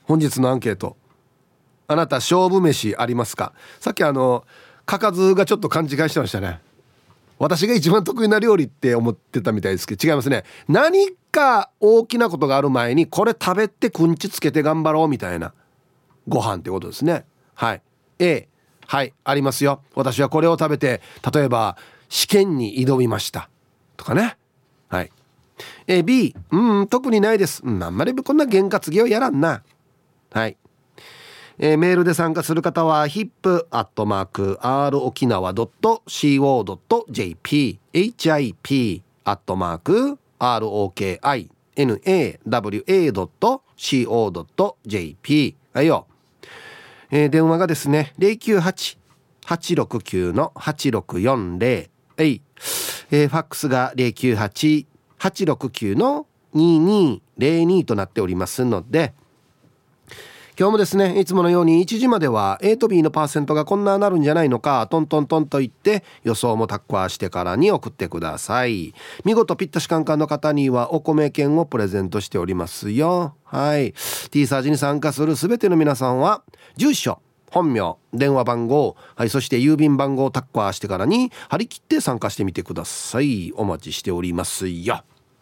本日のアンケート、あなた勝負飯ありますか？さっきかかずがちょっと勘違いしてましたね。私が一番得意な料理って思ってたみたいですけど、違いますね。何か大きなことがある前にこれ食べてくんちつけて頑張ろうみたいなご飯ってことですね。はい。 A、 はいありますよ。私はこれを食べて例えば試験に挑みましたとかね。はい。B、 特にないです。あんまりこんな験担ぎはやらんな。はい。メールで参加する方は hip@rokinawa.co.jp hip@rokinawa.co.jp はいよ。電話がですね 098-869-8640 ファックスが 098-869-2202 となっておりますので、今日もですねいつものように1時までは A と B のパーセントがこんななるんじゃないのかトントントンと言って予想もタッカーしてからに送ってください。見事ピッタシカンカンの方にはお米券をプレゼントしておりますよ。はい。 T サージに参加するすべての皆さんは住所、本名、電話番号、はい、そして郵便番号をタッカーしてからに張り切って参加してみてください。お待ちしておりますよ。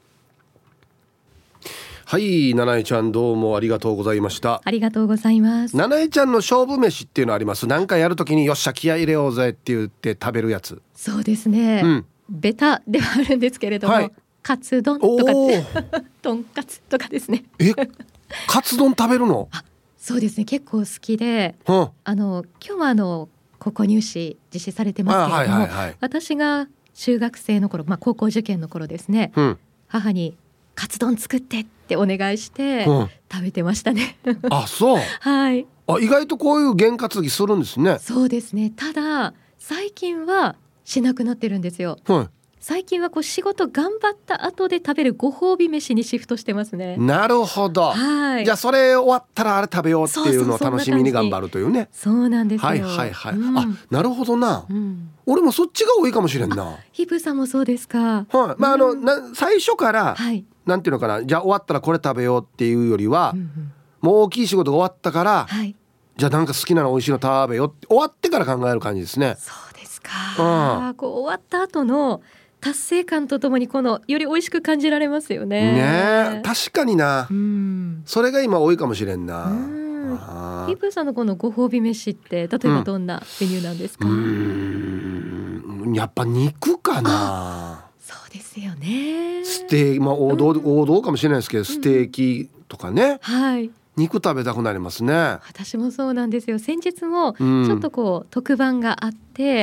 はい、ななえちゃんどうもありがとうございました。 ありがとうございます。 ななえちゃんの勝負飯っていうのあります？なんかやるときによっしゃ気合い入れようぜって言って食べるやつ。 そうですね、ベタではあるんですけれども、はい、カツ丼とかとんかつとかですね。 カツ丼食べるの？ そうですね、結構好きで、今日は高校入試実施されてますけれども、私が中学生の頃、高校受験の頃ですね、母にカツ丼作ってってお願いして食べてましたね。 あ、そう。 はい。 意外とこういう験担ぎするんですね。 そうですね。ただ最近はしなくなってるんですよ。最近は仕事頑張った後で食べるご褒美飯にシフトしてますね。 なるほど。はい。じゃあそれ終わったらあれ食べようっていうのを楽しみに頑張るというね。 そうなんですよ。 はいはいはい。あ、なるほどな。俺もそっちが多いかもしれんな。 ヒプさんもそうですか。 はい。最初から、なんていうのかな、じゃあ終わったらこれ食べようっていうよりは、もう大きい仕事が終わったから、じゃあなんか好きなの美味しいの食べようって終わってから考える感じですね。 そうですか。終わった後の達成感とともにより美味しく感じられますよね。 ね、確かにな。それが今多いかもしれんな。 ヒープーさんのこのご褒美飯って例えばどんなメニューなんですか？ やっぱ肉かな。 そうですよね。 ステーキ、王道かもしれないですけど、ステーキとかね、肉食べたくなりますね。 私もそうなんですよ。先日もちょっと特番があって、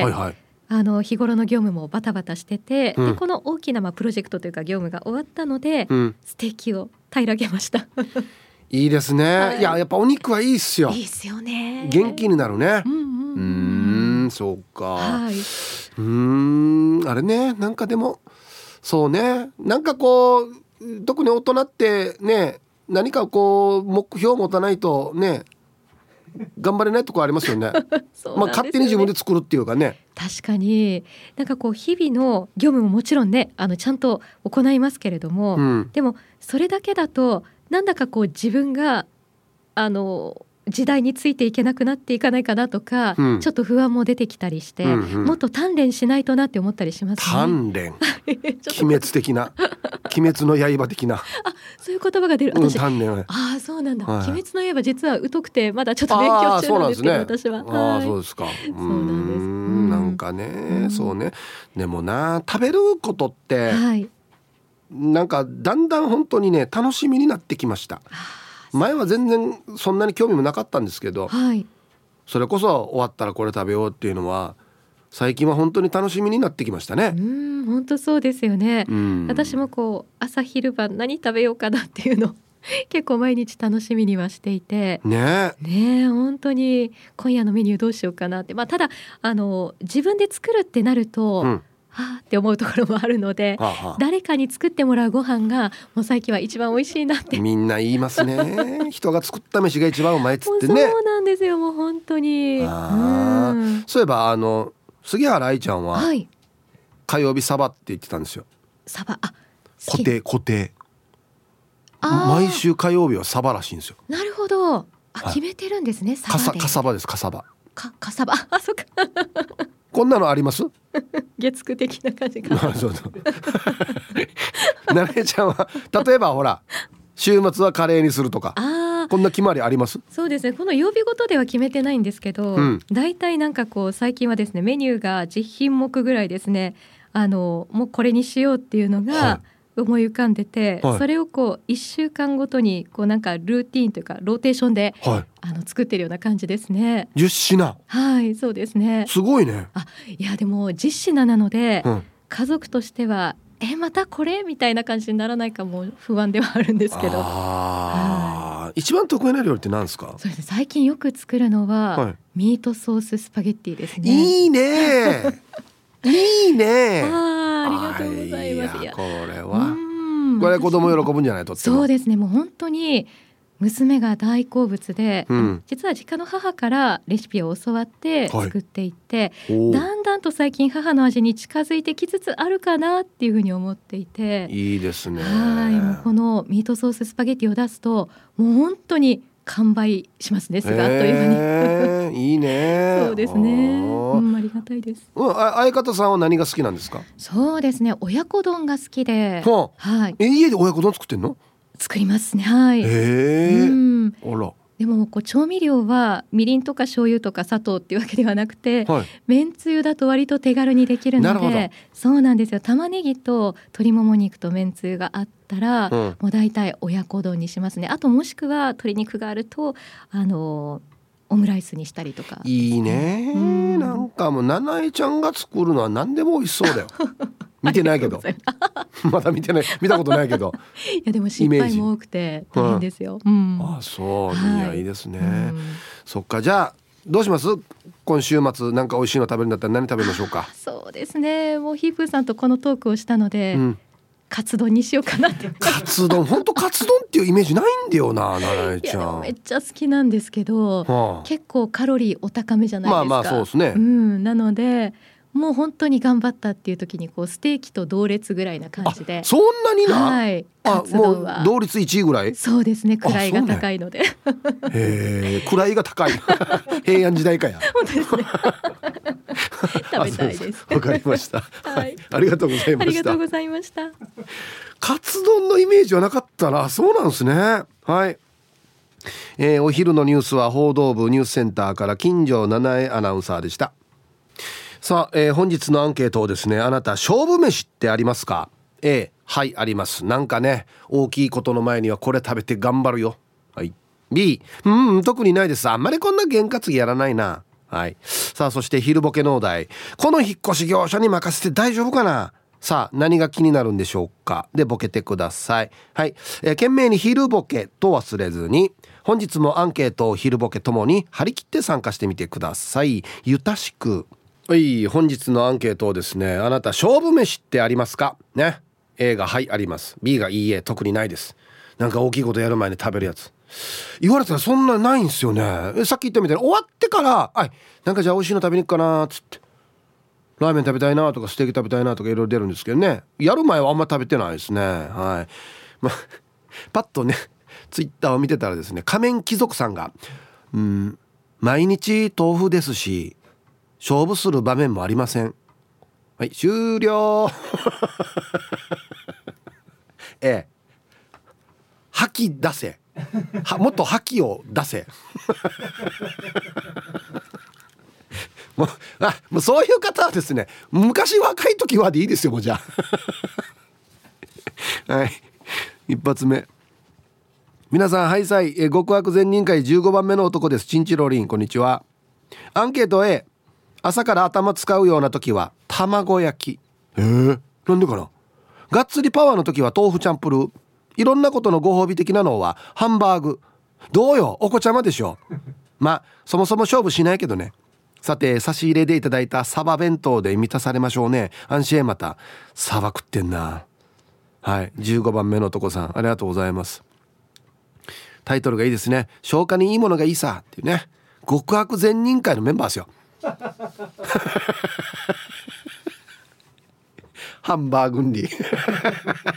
日頃の業務もバタバタしてて、でこの大きなプロジェクトというか業務が終わったので、ステーキを平らげました。いいですね。やっぱお肉はいいっすよ。 いいっすよね。 元気になるね。そうか。あれね、なんかでもそうね、なんか特に大人ってね、何か目標を持たないとね頑張れないところありますよね。勝手に自分で作るっていうかね。 確かになんか日々の業務ももちろんねちゃんと行いますけれども、でもそれだけだとなんだか自分が時代についていけなくなっていかないかなとか、ちょっと不安も出てきたりして、もっと鍛錬しないとなって思ったりしますね。 鍛錬鬼滅的な鬼滅の刃的なそういう言葉が出る。私、そうなんだ、鬼滅の刃実は疎くてまだちょっと勉強中なんですけど、私は。 そうですか。 そうなんです。 なんかね、そうね。でもな、食べることって、なんかだんだん本当にね楽しみになってきました。前は全然そんなに興味もなかったんですけど、それこそ終わったらこれ食べようっていうのは最近は本当に楽しみになってきましたね。 本当そうですよね。私も朝昼晩何食べようかなっていうの結構毎日楽しみにはしていてね本当に今夜のメニューどうしようかなって、ただ自分で作るってなると、って思うところもあるので、誰かに作ってもらうご飯がもう最近は一番美味しいなってみんな言いますね。人が作った飯が一番うまいっつってね。 そうなんですよ、もう本当に。 そういえば杉原愛ちゃんは、火曜日サバって言ってたんですよ。 サバ、 固定毎週火曜日はサバらしいんですよ。 なるほど。 決めてるんですね。 カサバです。カサバカサバあ、そっかこんなのあります月9的な感じかそうなれちゃんは例えばほら週末はカレーにするとかこんな決まりあります？ そうですね、この曜日ごとでは決めてないんですけど、だいたいなんかこう最近はですねメニューが10品目ぐらいですね、もうこれにしようっていうのが思い浮かんでて、それをこう1週間ごとにこうなんかルーティーンというかローテーションで、作ってるような感じですね。 10品。 はい、そうですね。 すごいね。 いやでも10品なので、家族としてはまたこれみたいな感じにならないかも不安ではあるんですけど。 一番得意な料理って何ですか？ そうですね、最近よく作るのは、ミートソーススパゲッティですね。 いいねいいねありがとうございます。 これ子供喜ぶんじゃない？とってもそうですね、もう本当に娘が大好物で、実は実家の母からレシピを教わって作っていって、だんだんと最近母の味に近づいてきつつあるかなっていうふうに思っていて。 いいですね。 もうこのミートソーススパゲッティを出すともう本当に完売しますね、すぐあっという間にいいねそうですね、ありがたいです。 相方さんは何が好きなんですか？ そうですね、親子丼が好きで、 家で親子丼作ってんの？ 作りますね。はい。 あら。 でもこう調味料はみりんとか醤油とか砂糖っていうわけではなくて、めんつゆだと割と手軽にできるので。そうなんですよ。玉ねぎと鶏もも肉とめんつゆがあったら、もうだいたい親子丼にしますね。あともしくは鶏肉があるとオムライスにしたりとか。 いいね、なんかもう七重ちゃんが作るのは何でも美味しそうだよ見てないけどまだ見たことないけどいやでも失敗も多くて大変ですよ。 そう、いいですね。そっか、じゃあどうします？今週末なんか美味しいの食べるんだったら何食べましょうか？ そうですね、もうヒープーさんとこのトークをしたので、カツ丼にしようかなって。 カツ丼、本当カツ丼っていうイメージないんだよな、七重ちゃん。 いやでもめっちゃ好きなんですけど、結構カロリーお高めじゃないですか。 そうですね。 なのでもう本当に頑張ったっていう時にこうステーキと同列ぐらいな感じで。 そんなにな。 カツ丼はもう同率1位ぐらい。 そうですね、位が高いので。 位が高い平安時代かや。 本当ですね食べたいです。 わかりました、ありがとうございました。 ありがとうございました。 カツ丼のイメージはなかったな。そうなんですね。はい。お昼のニュースは報道部ニュースセンターから金城七重アナウンサーでした。さあ、本日のアンケートをですね、あなた勝負飯ってありますか？ A、 はいあります。なんかね、大きいことの前にはこれ食べて頑張るよ。はい。 B、 特にないです。あんまりこんな験担ぎやらないな。はい。さあ、そして昼ボケのお題、この引っ越し業者に任せて大丈夫かな。さあ、何が気になるんでしょうか。でボケてください。はい。懸命に昼ボケと忘れずに、本日もアンケートを昼ボケともに張り切って参加してみてください。ゆたしく。はい、本日のアンケートをですね、あなた勝負飯ってありますかね。 A がはいあります。 B がいいえ特にないです。なんか大きいことやる前に食べるやつ言われたらそんなないんですよね。さっき言ったみたいに終わってからなんかじゃあ美味しいの食べに行くかなっつって、ラーメン食べたいなとかステーキ食べたいなとかいろいろ出るんですけどね、やる前はあんま食べてないですね。はい。パッとねツイッターを見てたらですね、仮面貴族さんが毎日豆腐ですし勝負する場面もありません。はい、終了吐き出せもっと吐きを出せもうそういう方はですね、昔若い時はでいいですよ、もうじゃあはい、一発目。皆さんハイサイ、極悪善人会15番目の男です。チンチロリン、こんにちは。アンケート A、朝から頭使うような時は卵焼き。なんでかな。がっつりパワーの時は豆腐チャンプルー。いろんなことのご褒美的なのはハンバーグ。どうよ、お子ちゃまでしょ。そもそも勝負しないけどね。さて、差し入れでいただいたサバ弁当で満たされましょうね。安心へ。またサバ食ってんな。はい、15番目の男さん、ありがとうございます。タイトルがいいですね。消化にいいものがいいさっていうね。極悪善人会のメンバーですよハンバーグンリ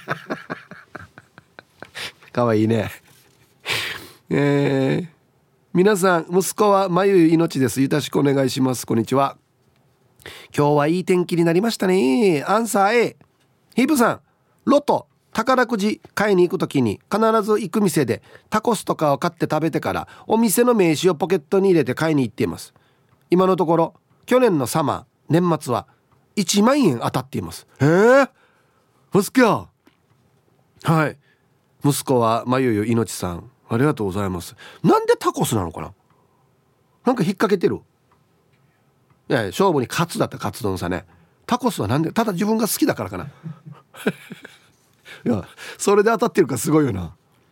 かわいいね。 皆さん、息子はまゆゆ命です。よろしくお願いします。こんにちは。今日はいい天気になりましたね。アンサー A。 ヒープさん、ロト宝くじ買いに行くときに必ず行く店でタコスとかを買って食べてからお店の名刺をポケットに入れて買いに行っています。今のところ去年のサマー年末は1万円当たっています。息子や、はい、息子はまゆゆいのちさん、ありがとうございます。なんでタコスなのかな、なんか引っ掛けてる。いや、勝負にカツだったカツ丼さね。タコスはなんで、ただ自分が好きだからかな。いや、それで当たってるからすごいよな。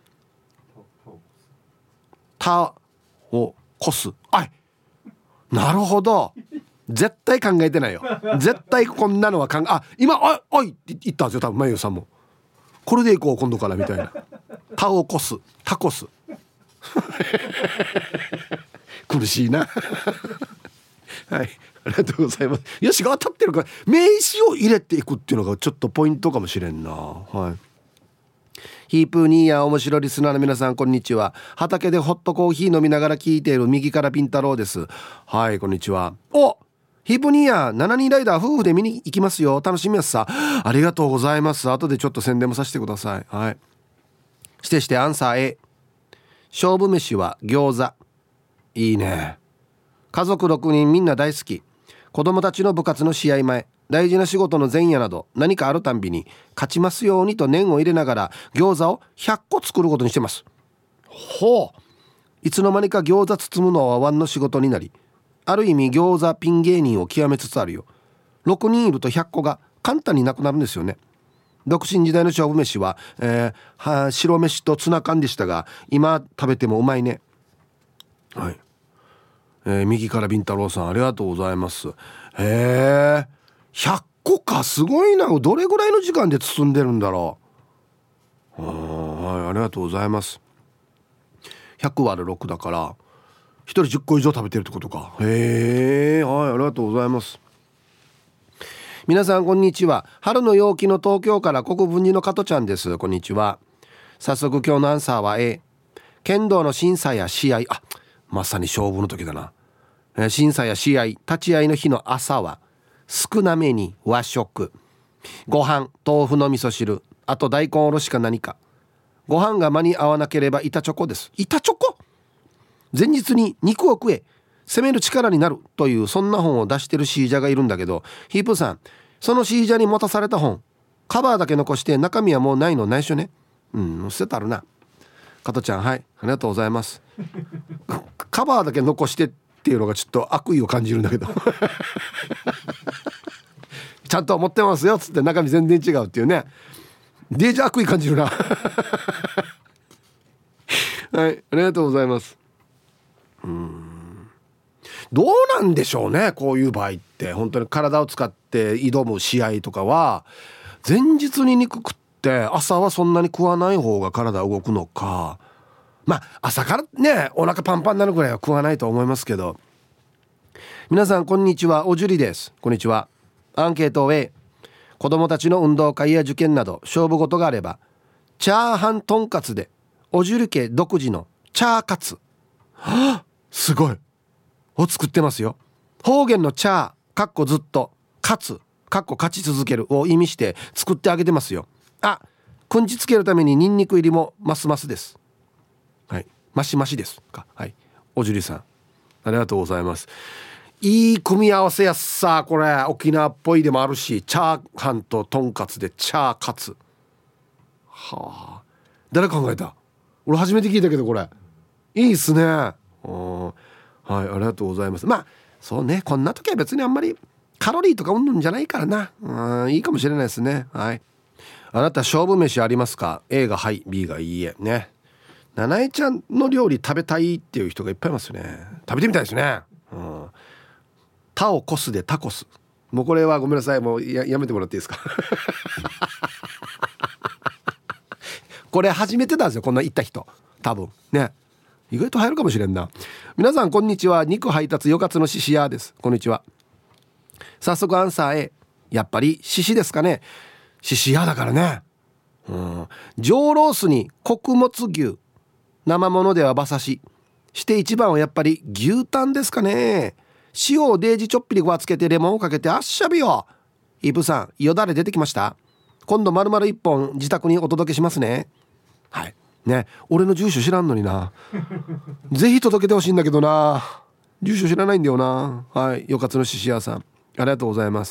タをコス、あい、なるほど。絶対考えてないよ。絶対こんなのは今おいって言ったんですよ、多分まゆさんも。これでいこう今度からみたいな。タをコス、タコス。苦しいな。はい、ありがとうございます。よしが当たってるから名刺を入れていくっていうのがちょっとポイントかもしれんな。はい。ヒープーニーや面白リスナーの皆さん、こんにちは。畑でホットコーヒー飲みながら聞いている右からピン太郎です。はい、こんにちは。ヒープニーや7人ライダー夫婦で見に行きますよ。楽しみやすさ。ありがとうございます。後でちょっと宣伝もさせてください。はい。してアンサー A。 勝負飯は餃子。いいね。家族6人みんな大好き。子供たちの部活の試合前、大事な仕事の前夜など何かあるたんびに勝ちますようにと念を入れながら餃子を100個作ることにしてます。ほう。いつの間にか餃子包むのはワンの仕事になり、ある意味餃子ピン芸人を極めつつあるよ。6人いると100個が簡単になくなるんですよね。独身時代の勝負飯は、白飯とツナ缶でしたが、今食べてもうまいね。はい。右からビンタロウさん、ありがとうございます。100個か、すごいな。どれぐらいの時間で包んでるんだろう。はい、ありがとうございます。100割る6だから1人10個以上食べてるってことか。はい、ありがとうございます。皆さんこんにちは。春の陽気の東京から国分寺の加トちゃんです。こんにちは。早速今日のアンサーは A。 剣道の審査や試合、まさに勝負の時だな。審査や試合、立ち会いの日の朝は少なめに和食、ご飯、豆腐の味噌汁、あと大根おろしか何か。ご飯が間に合わなければ板チョコです。板チョコ。前日に肉を食え、攻める力になるというそんな本を出してるシージャがいるんだけど、ヒープさん、そのシージャに持たされた本、カバーだけ残して中身はもうないの内緒ね。捨てたるな。加トちゃん、はい、ありがとうございます。カバーだけ残してっていうのがちょっと悪意を感じるんだけど。ちゃんと持ってますよっつって中身全然違うっていうね。デージ悪意感じるな。はい、ありがとうございます。どうなんでしょうね、こういう場合って。本当に体を使って挑む試合とかは前日に肉食って朝はそんなに食わない方が体動くのか。朝からねお腹パンパンになるぐらいは食わないと思いますけど。皆さんこんにちは、おじゅりです。こんにちは。アンケートを A。 子供たちの運動会や受験など勝負事があればチャーハンとんかつでおじゅり家独自のチャーカツ、すごいを作ってますよ。方言のチャーかっこずっとカツかっこ勝ち続けるを意味して作ってあげてますよ。くんちつけるためにニンニク入りもますますです。はい、マシマシですか。はい、おじゅりさんありがとうございます。いい組み合わせやっさ。これ沖縄っぽいでもあるし、チャーハンととんかつでチャーカツ。はあ、誰考えた？俺初めて聞いたけどこれいいっすね。はい、ありがとうございます。そうね、こんな時は別にあんまりカロリーとかうんぬんじゃないからな。いいかもしれないですね。はい。あなた勝負飯ありますか？ A がはい、 B がいいえね。七重ちゃんの料理食べたいっていう人がいっぱいいますよね。食べてみたいですね。タオコスでタコス。もうこれはごめんなさい、もう やめてもらっていいですか。これ初めてなんですよ、こんな行った人多分ね。意外と入るかもしれんな。皆さんこんにちは。肉配達よかつのししやです。こんにちは。早速アンサー A。 やっぱりししですかね。ししやだからね。上ロースに穀物牛、生ものでは馬刺し、 して一番はやっぱり牛タンですかね。塩をデージちょっぴりごわつけてレモンをかけてあっしゃびよ。イブさんよだれ出てきました。今度丸々1本自宅にお届けしますね。はいね、俺の住所知らんのになぜひ届けてほしいんだけどな、住所知らないんだよな。はい、よかつのししやさんありがとうございます。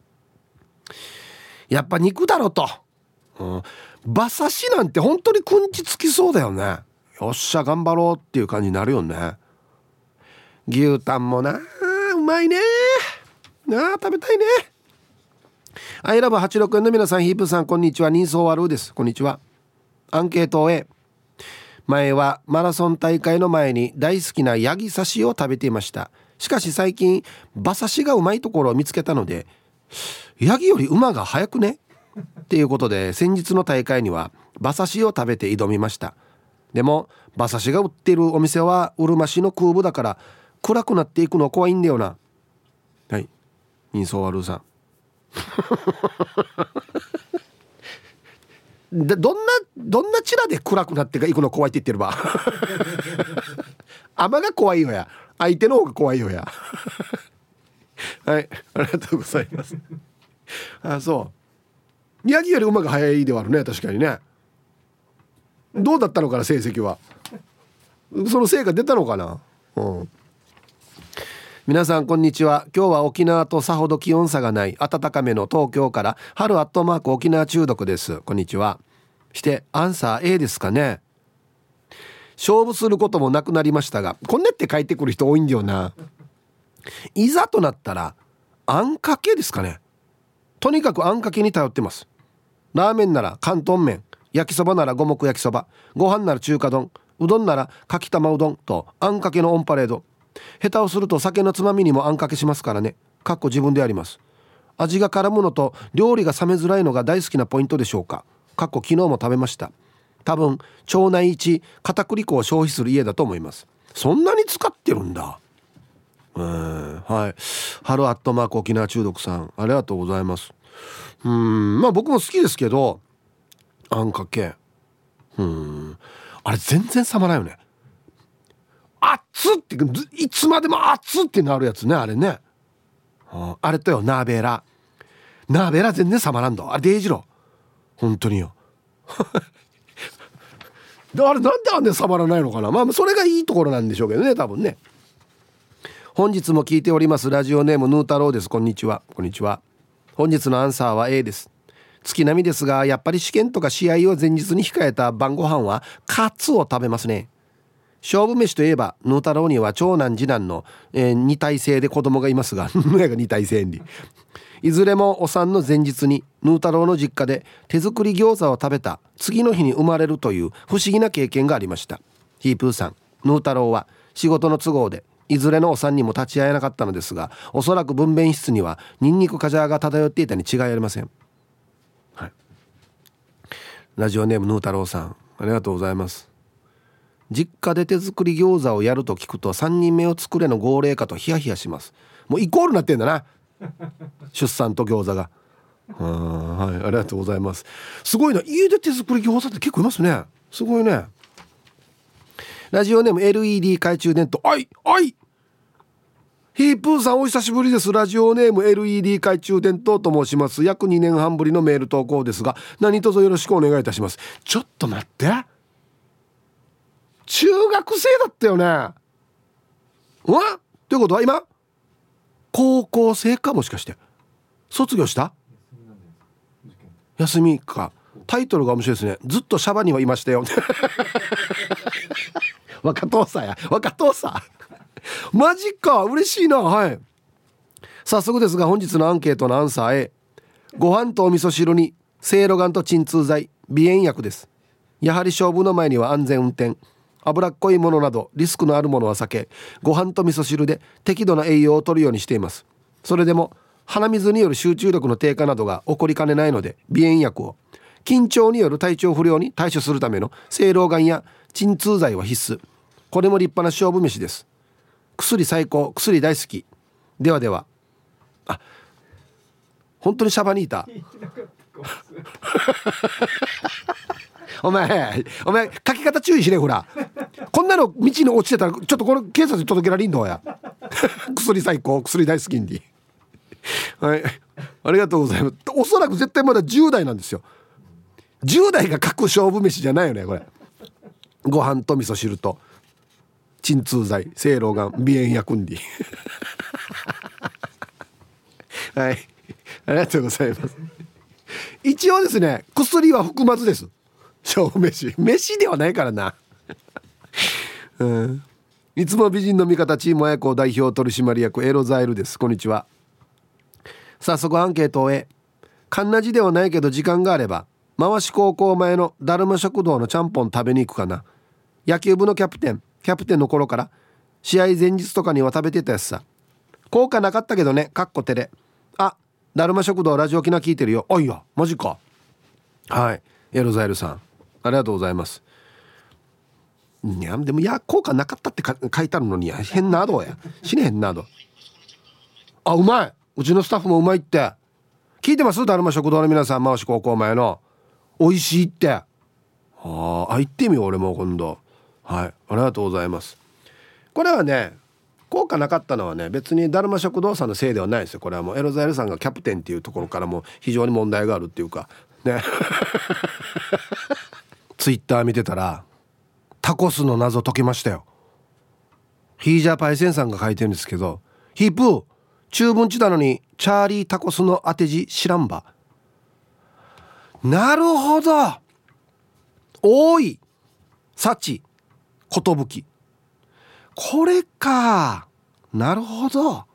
やっぱ肉だろと、馬刺しなんて本当にくんちつきそうだよね。よっしゃ頑張ろうっていう感じになるよね。牛タンもなうまいね食べたいね。アイラブ86円の皆さん、ヒープさんこんにちは。人相悪です。こんにちは。アンケートを前はマラソン大会の前に大好きなヤギ刺しを食べていました。しかし最近馬刺しがうまいところを見つけたので、ヤギより馬が速くねっていうことで先日の大会には馬刺しを食べて挑みました。でも馬刺しが売っているお店はうるま市の空部だから暗くなっていくの怖いんだよな。はい、人相悪さんどんなチラで暗くなっていくの怖いって言ってるば雨が怖いよや、相手の方が怖いよやはいありがとうございますあ、そうヤギより馬が速いではあるね。確かにね。どうだったのかな成績は。その成果出たのかな。皆さんこんにちは。今日は沖縄とさほど気温差がない暖かめの東京から春アットマーク沖縄中毒です。こんにちは。してアンサー A ですかね。勝負することもなくなりましたが、こんねって書いてくる人多いんだよな。いざとなったらあんかけですかね。とにかくあんかけに頼ってます。ラーメンなら広東麺、焼きそばなら五目焼きそば、ご飯なら中華丼、うどんならかきたまうどんとあんかけのオンパレード。下手をすると酒のつまみにもあんかけしますからね。かっこ自分でやります。味が絡むのと料理が冷めづらいのが大好きなポイントでしょうか。かっこ昨日も食べました。多分町内一片栗粉を消費する家だと思います。そんなに使ってるんだ。はい、春アットマーク沖縄中毒さんありがとうございます。まあ僕も好きですけどあんかけあれ全然冷まないよね。熱っていつまでも熱ってなるやつね、あれね。あれとよナーベラ全然冷まらんだ。あれデイジロ本当によあれなんであんな冷まらないのかな。まあそれがいいところなんでしょうけどね、多分ね。本日も聞いておりますラジオネームヌー太郎です。こんにちは。こんにちは。本日のアンサーは A です。月並みですがやっぱり試験とか試合を前日に控えた晩ご飯はカツを食べますね。勝負飯といえばヌー太郎には長男次男の、2体制で子供がいますが2体制にいずれもお産の前日にヌー太郎の実家で手作り餃子を食べた次の日に生まれるという不思議な経験がありました。ヒープーさん、ヌー太郎は仕事の都合でいずれのお産にも立ち会えなかったのですが、おそらく分娩室にはニンニクカジャーが漂っていたに違いありません。はい、ラジオネームヌー太郎さんありがとうございます。実家で手作り餃子をやると聞くと3人目を作れの号令かとヒヤヒヤします。もうイコールになってんだな出産と餃子が。はい、ありがとうございます。すごいな、家で手作り餃子って結構いますね。すごいね。ラジオネーム LED 懐中電灯。ヒープーさんお久しぶりです。ラジオネーム LED 懐中電灯と申します。約2年半ぶりのメール投稿ですが何卒よろしくお願いいたします。ちょっと待って、中学生だったよね。ということは今高校生か。もしかして卒業した？休みか。タイトルが面白いですね。ずっとシャバにはいましたよ若父さんや、若父さんマジか、嬉しいな。はい、早速ですが本日のアンケートのアンサー A。 ご飯とお味噌汁にせいろがんと鎮痛剤、鼻炎薬です。やはり勝負の前には安全運転、脂っこいものなどリスクのあるものは避け、ご飯と味噌汁で適度な栄養を摂るようにしています。それでも鼻水による集中力の低下などが起こりかねないので鼻炎薬を、緊張による体調不良に対処するための清老眼や鎮痛剤は必須。これも立派な勝負飯です。薬最高、薬大好き。ではでは。本当にシャバにいたお前書き方注意しね。ほらこんなの道に落ちてたらちょっとこれ警察に届けられんのや薬最高、薬大好きんではい、ありがとうございます。おそらく絶対まだ10代なんですよ。10代が書く勝負飯じゃないよねこれ。ご飯と味噌汁と鎮痛剤、正露丸、鼻炎薬んではい、ありがとうございます。一応ですね、薬は含まずです。勝負飯ではないからなうん、いつも美人の味方チーム親子代表取締役エロザイルです。こんにちは。早速アンケートを終え、カンナジではないけど時間があれば回し高校前のだるま食堂のちゃんぽん食べに行くかな。野球部のキャプテンの頃から試合前日とかには食べてたやつさ。効果なかったけどね、かっこ照れ。あ、だるま食堂ラジオ機能聞いてるよ。あ、いやマジか。はい、エロザイルさんありがとうございます。いやでも効果なかったって書いてあるのに変などや死ねへんなど。あ、うまい。うちのスタッフもうまいって聞いてます。だるま食堂の皆さん、回し高校前の美味しいって。行ってみよう俺も今度。はい、ありがとうございます。これはね、効果なかったのはね、別にだるま食堂さんのせいではないですよ。これはもうエロザイルさんがキャプテンっていうところからも非常に問題があるっていうかねツイッター見てたらタコスの謎解けましたよ。ヒージャーパイセンさんが書いてるんですけど、ヒープー中文地なのにチャーリータコスの当て字知らんば。なるほど。多い幸ことぶき、これか。なるほど、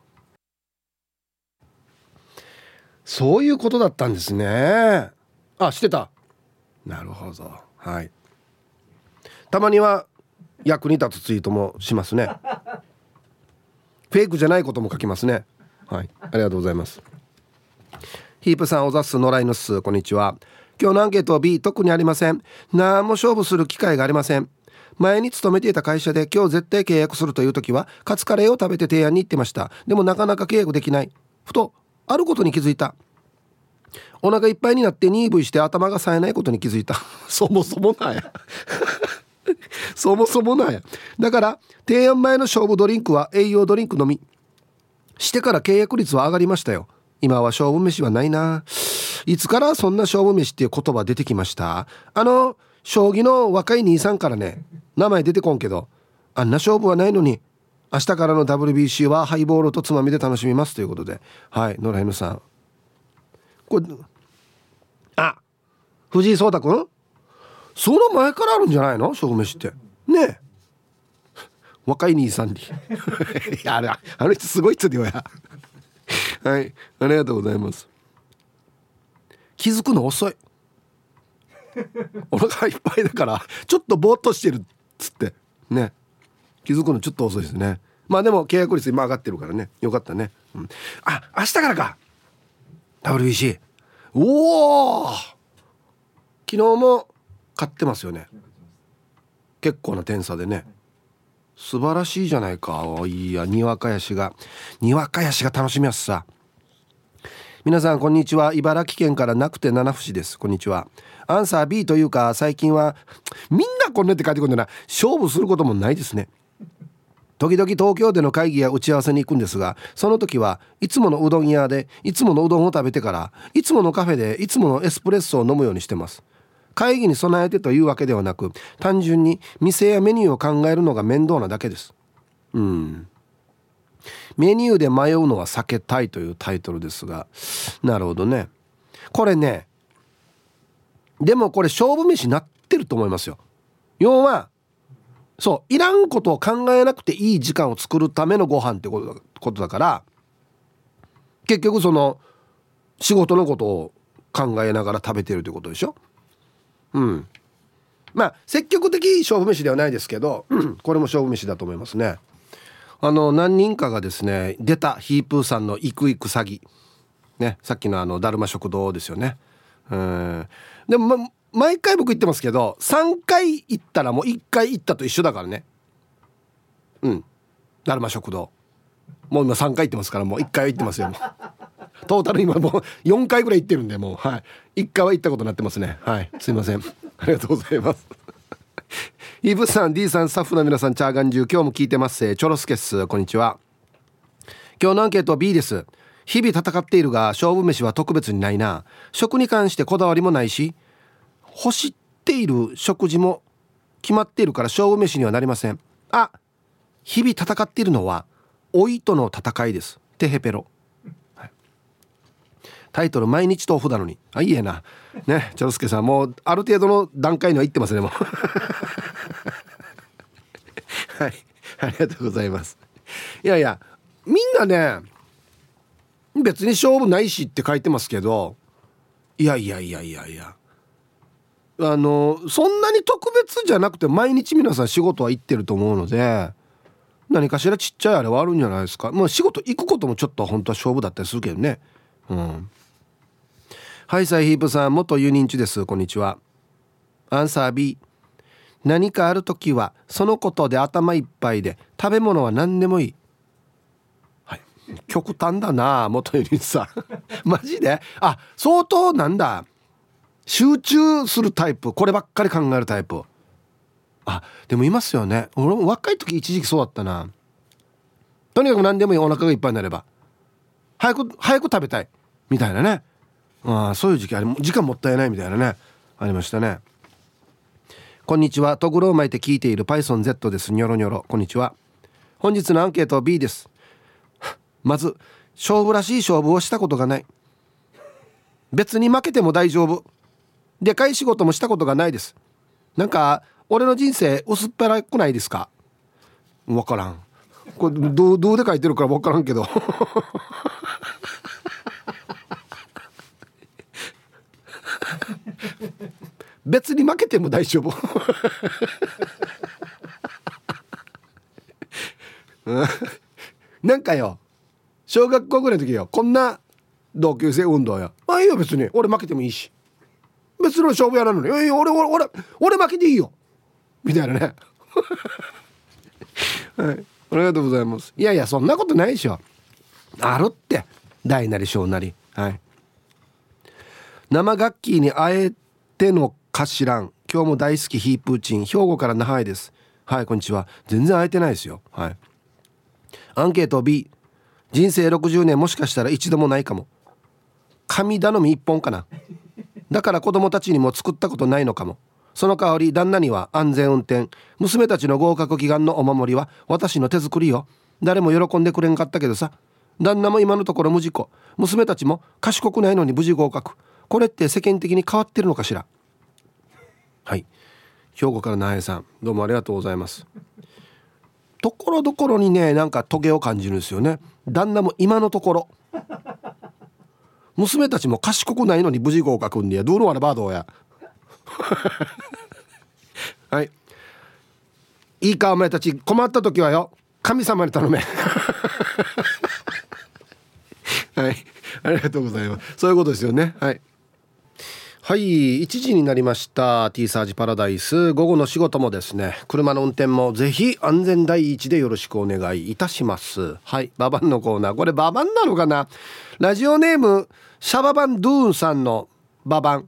そういうことだったんですね。あ、してた。なるほど。はい、たまには役に立つツイートもしますね。フェイクじゃないことも書きますね。はい、ありがとうございます。ヒープさん、おざっす、野良犬っす、こんにちは。今日のアンケート B、 特にありません。何も勝負する機会がありません。前に勤めていた会社で今日絶対契約するという時はカツカレーを食べて提案に行ってました。でもなかなか契約できない。ふとあることに気づいた。お腹いっぱいになってニーブイして頭が冴えないことに気づいた。そもそもなんやそもそもなんや。だから提案前の勝負ドリンクは栄養ドリンクのみしてから契約率は上がりましたよ。今は勝負飯はないな。いつからそんな勝負飯っていう言葉出てきました？将棋の若い兄さんからね、名前出てこんけど、あんな勝負はないのに明日からの WBC はハイボールとつまみで楽しみますということで、はい、野良犬さん、これ藤井聡太くん、その前からあるんじゃないの勝負飯ってねえ。若い兄さんにいや、あの人すごい人だよやはい、ありがとうございます。気づくの遅い。お腹いっぱいだからちょっとぼーっとしてるっつってね、気づくのちょっと遅いですね。まあでも契約率今上がってるからね、よかったね、うん、明日からか WBC。 おお、昨日も勝ってますよね、結構な点差でね。素晴らしいじゃないか。いや、にわかやしが楽しみやすさ。皆さんこんにちは。茨城県からなくて七節です。こんにちは。アンサー B というか、最近はみんなこんなって書いてくるんだな。勝負することもないですね。時々東京での会議や打ち合わせに行くんですが、その時はいつものうどん屋でいつものうどんを食べてからいつものカフェでいつものエスプレッソを飲むようにしてます。会議に備えてというわけではなく、単純に店やメニューを考えるのが面倒なだけです。メニューで迷うのは避けたいというタイトルですが、なるほどね。これね、でもこれ勝負飯になってると思いますよ。要はそういらんことを考えなくていい時間を作るためのご飯ってことだから、結局その仕事のことを考えながら食べてるということでしょ。まあ積極的勝負飯ではないですけど、これも勝負飯だと思いますね。何人かがですね出たヒープーさんのイクイク詐欺ね、さっきのだるま食堂ですよね。でも、毎回僕言ってますけど、3回行ったらもう1回行ったと一緒だからね。だるま食堂もう今3回行ってますから、もう1回は行ってますよ。トータル今もう4回ぐらい行ってるんで、もうはい1回は行ったことになってますね。はい、すいません。 ありがとうございますイブさん D さんスタッフの皆さんチャーガンジュ今日も聞いてます。チョロスケっす。こんにちは。今日のアンケート B です。日々戦っているが勝負飯は特別にないな。食に関してこだわりもないし欲している食事も決まっているから勝負飯にはなりません。あ、日々戦っているのは老いとの戦いです。テヘペロ、はい、タイトル毎日豆腐なのにいいえなね。チョロスケさんもうある程度の段階には行ってますねもうはい、ありがとうございます。いやいやみんなね別に勝負ないしって書いてますけど、いやそんなに特別じゃなくて毎日皆さん仕事は行ってると思うので何かしらちっちゃいあれはあるんじゃないですか。もう仕事行くこともちょっと本当は勝負だったりするけどね。ハイサイヒープさん元ユニンチです。こんにちは。アンサー B。 何かあるときはそのことで頭いっぱいで食べ物は何でもいい。極端だな元ユニンチさんマジで相当なんだ集中するタイプ、こればっかり考えるタイプ。でもいますよね。俺も若い時一時期そうだったな。とにかく何でもいい、お腹がいっぱいになれば早く食べたいみたいなね。そういう時期時間もったいないみたいなねありましたね。こんにちは。とぐろを巻いて聞いている PythonZ です。ニョロニョロ。こんにちは。本日のアンケート B です。まず勝負らしい勝負をしたことがない。別に負けても大丈夫。でかい仕事もしたことがないです。なんか俺の人生薄っぺらくないですか。分からん、これどうで書いてるから分からんけど別に負けても大丈夫なんかよ小学校ぐらいの時よこんな同級生運動やいいよ別に俺負けてもいいし別の勝負やらんのに俺負けていいよみたいなねはい、ありがとうございます。いやそんなことないでしょ。あるって大なり小なり。はい。生ガッキーに会えてのかしらん。今日も大好きヒープーチン兵庫から那覇へです。はいこんにちは。全然会えてないですよ。はい。アンケート B。 人生60年もしかしたら一度もないかも。神頼み一本かな。だから子供たちにも作ったことないのかも。その代わり旦那には安全運転、娘たちの合格祈願のお守りは私の手作りよ。誰も喜んでくれんかったけどさ。旦那も今のところ無事故、娘たちも賢くないのに無事合格。これって世間的に変わってるのかしら。はい、兵庫からなえさんどうもありがとうございます。ところどころにねなんかトゲを感じるんですよね。旦那も今のところ娘たちも賢くないのに無事合格んでやどうのわらばどうやはい、いいかお前たち困った時はよ神様に頼めはいありがとうございます。そういうことですよね。はいはい、1時になりました。 T サージパラダイス、午後の仕事もですね車の運転もぜひ安全第一でよろしくお願いいたします。はい、ババンのコーナー、これババンなのかな。ラジオネームシャババンドゥーンさんのババン。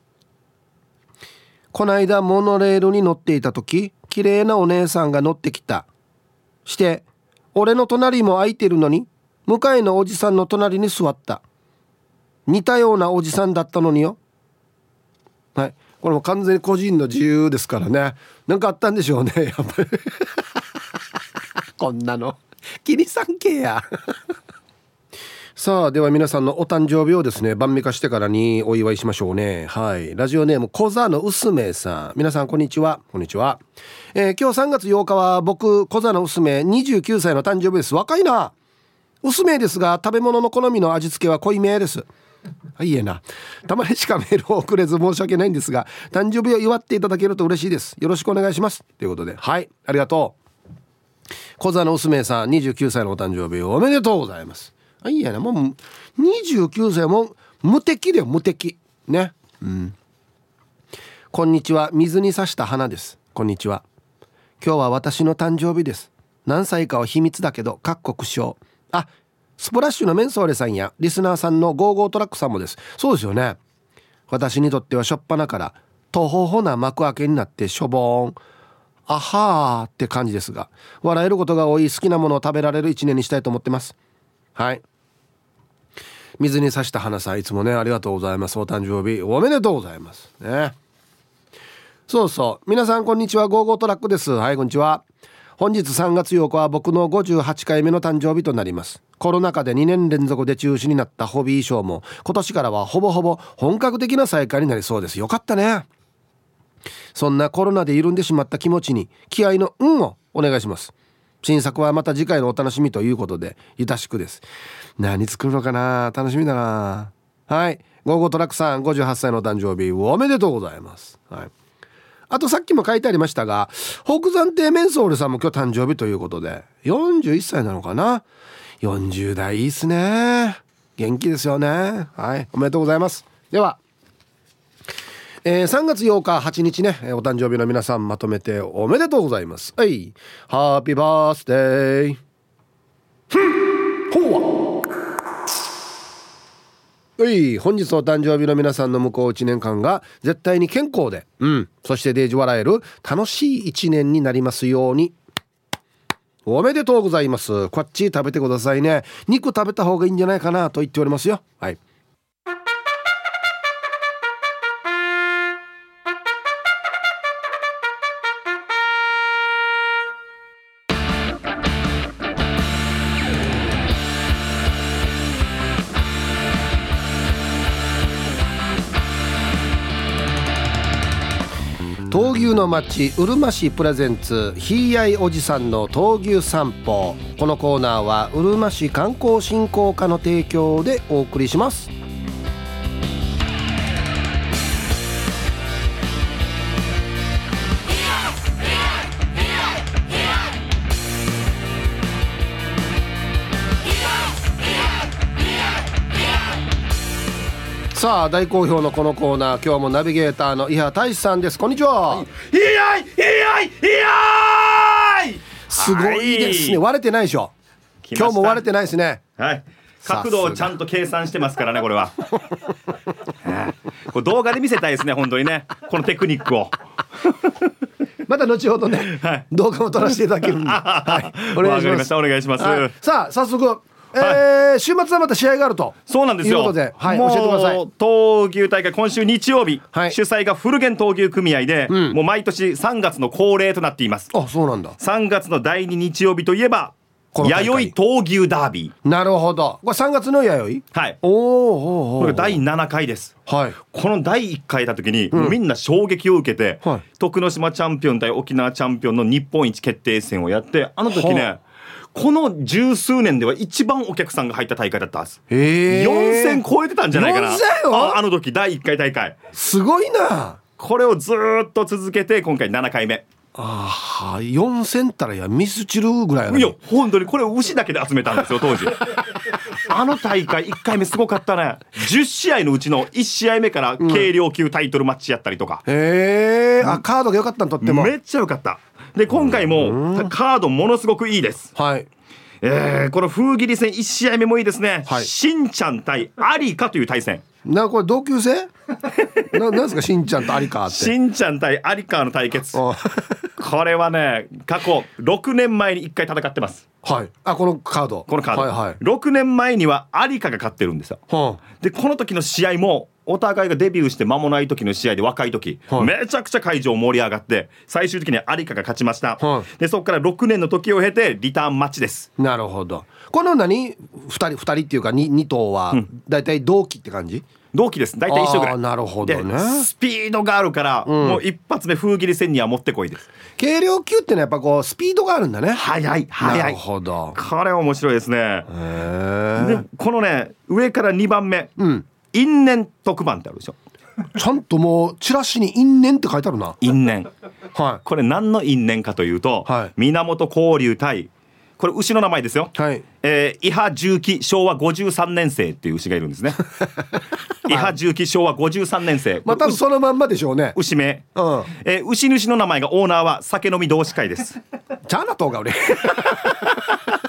こないだモノレールに乗っていた時綺麗なお姉さんが乗ってきた。して俺の隣も空いてるのに向かいのおじさんの隣に座った。似たようなおじさんだったのによ。はい、これも完全に個人の自由ですからね。なんかあったんでしょうねやっぱりこんなの気にさんけやさあでは皆さんのお誕生日をですね晩御飯してからにお祝いしましょうね。はい、ラジオネーム小座の薄めさん、皆さんこんにちは。こんにちは。今日3月8日は僕小座の薄め29歳の誕生日です。若いな。薄めですが食べ物の好みの味付けは濃いめです。いいえな。たまにしかメールを送れず申し訳ないんですが誕生日を祝っていただけると嬉しいです。よろしくお願いしますということで、はいありがとう。小座の薄めさん29歳のお誕生日おめでとうございます。いいやな。もう29歳も無敵だよ無敵ね。こんにちは。水に刺した花です。こんにちは。今日は私の誕生日です。何歳かは秘密だけどかっこ苦笑。スプラッシュのメンソーレさんやリスナーさんのゴーゴートラックさんもです。そうですよね。私にとっては初っ端からとほほな幕開けになってしょぼーん、あはーって感じですが、笑えることが多い好きなものを食べられる一年にしたいと思ってます。はい、水に刺した花さん、いつもねありがとうございます。お誕生日おめでとうございますね。そうそう、皆さんこんにちは、ゴーゴートラックです。はい、こんにちは。本日3月8日は僕の58回目の誕生日となります。コロナ禍で2年連続で中止になったホビーショーも今年からはほぼほぼ本格的な再開になりそうです。よかったね。そんなコロナで緩んでしまった気持ちに気合のをお願いします。新作はまた次回のお楽しみということでゆたしくです。何作るのかな、楽しみだな。はい、ゴーゴートラックさん58歳の誕生日おめでとうございます。はい、あとさっきも書いてありましたが、北山亭メンソールさんも今日誕生日ということで41歳なのかな。40代いいっすね。元気ですよね。はい、おめでとうございます。では、3月8日8日ね、お誕生日の皆さんまとめておめでとうございます。はい、ハッピーバースデー。ほう、はい、本日お誕生日の皆さんの向こう1年間が絶対に健康で、そしてデージ笑える楽しい1年になりますように。おめでとうございます。こっち食べてくださいね。肉食べた方がいいんじゃないかなと言っておりますよ。はい、闘牛の町うるま市プレゼンツひいやいおじさんの闘牛散歩。このコーナーはうるま市観光振興課の提供でお送りします。さあ大好評のこのコーナー、今日もナビゲーターの伊波大志さんです。こんにちは。 いやいすごいですね、割れてないでしょ。今日も割れてないですね。 はい、角度をちゃんと計算してますからね、これはこれ動画で見せたいですね、本当にね、このテクニックをまた後ほどね、はい、動画も撮らせていただけるんで、はい、お願いします。 お願いします。 はい、さあ早速週末はまた試合があると。 そうなんですよ。 ということで、はい、教えてください。 闘牛大会今週日曜日、 はい、 主催が古源闘牛組合で、もう毎年3月の恒例となっています。 あ、そうなんだ。 3月の第2日曜日といえば弥生闘牛ダービー。 なるほど、これ3月の弥生。 はい、 これ第7回です。はい、この第1回だ時に、みんな衝撃を受けて、はい、徳之島チャンピオン対沖縄チャンピオンの日本一決定戦をやって、あの時ね、この十数年では一番お客さんが入った大会だったはず。4000超えてたんじゃないかな。あの時第1回大会すごいな。 これをずっと続けて今回7回目。 4000たらやミスチルぐらいやね。 いや本当にこれを牛だけで集めたんですよ当時あの大会1回目すごかったね。10試合のうちの1試合目から軽量級タイトルマッチやったりとか、 カードが良かったんとってもめっちゃ良かった。で今回もカードものすごくいいです。 はい、 この風切り戦1試合目もいいですね。はい、しんちゃん対アリカという対戦。 これ同級生なんですか、しんちゃんとアリカって。 しんちゃん対アリカの対決これはね、過去6年前に1回戦ってます。 はい、このカード、はいはい、 6年前にはアリカが勝ってるんですよ。でこの時の試合もお互いがデビューして間もない時の試合で、若い時、めちゃくちゃ会場盛り上がって最終的にはアリカが勝ちました。でそこから6年の時を経てリターンマッチです。 なるほど。この2人っていうか 2頭はだいたい同期って感じ。 同期です。大体一緒ぐらい。 なるほどね。 でスピードがあるから、もう一発目風切り戦にはもってこいです。 軽量級ってのはやっぱこうスピードがあるんだね。 速い。 なるほど。 これ面白いですね。でこのね上から2番目、因縁特番ってあるでしょ。 ちゃんともうチラシに因縁って書いてあるな。 因縁、 はい、 これ何の因縁かというと、はい、源光龍対、これ牛の名前ですよ。はい、伊波重機昭和53年生っていう牛がいるんですね。伊波重機昭和53年生。 多分そのまんまでしょうね。 牛名、牛主の名前がオーナーは酒飲み同志会です。 チャーナ島が俺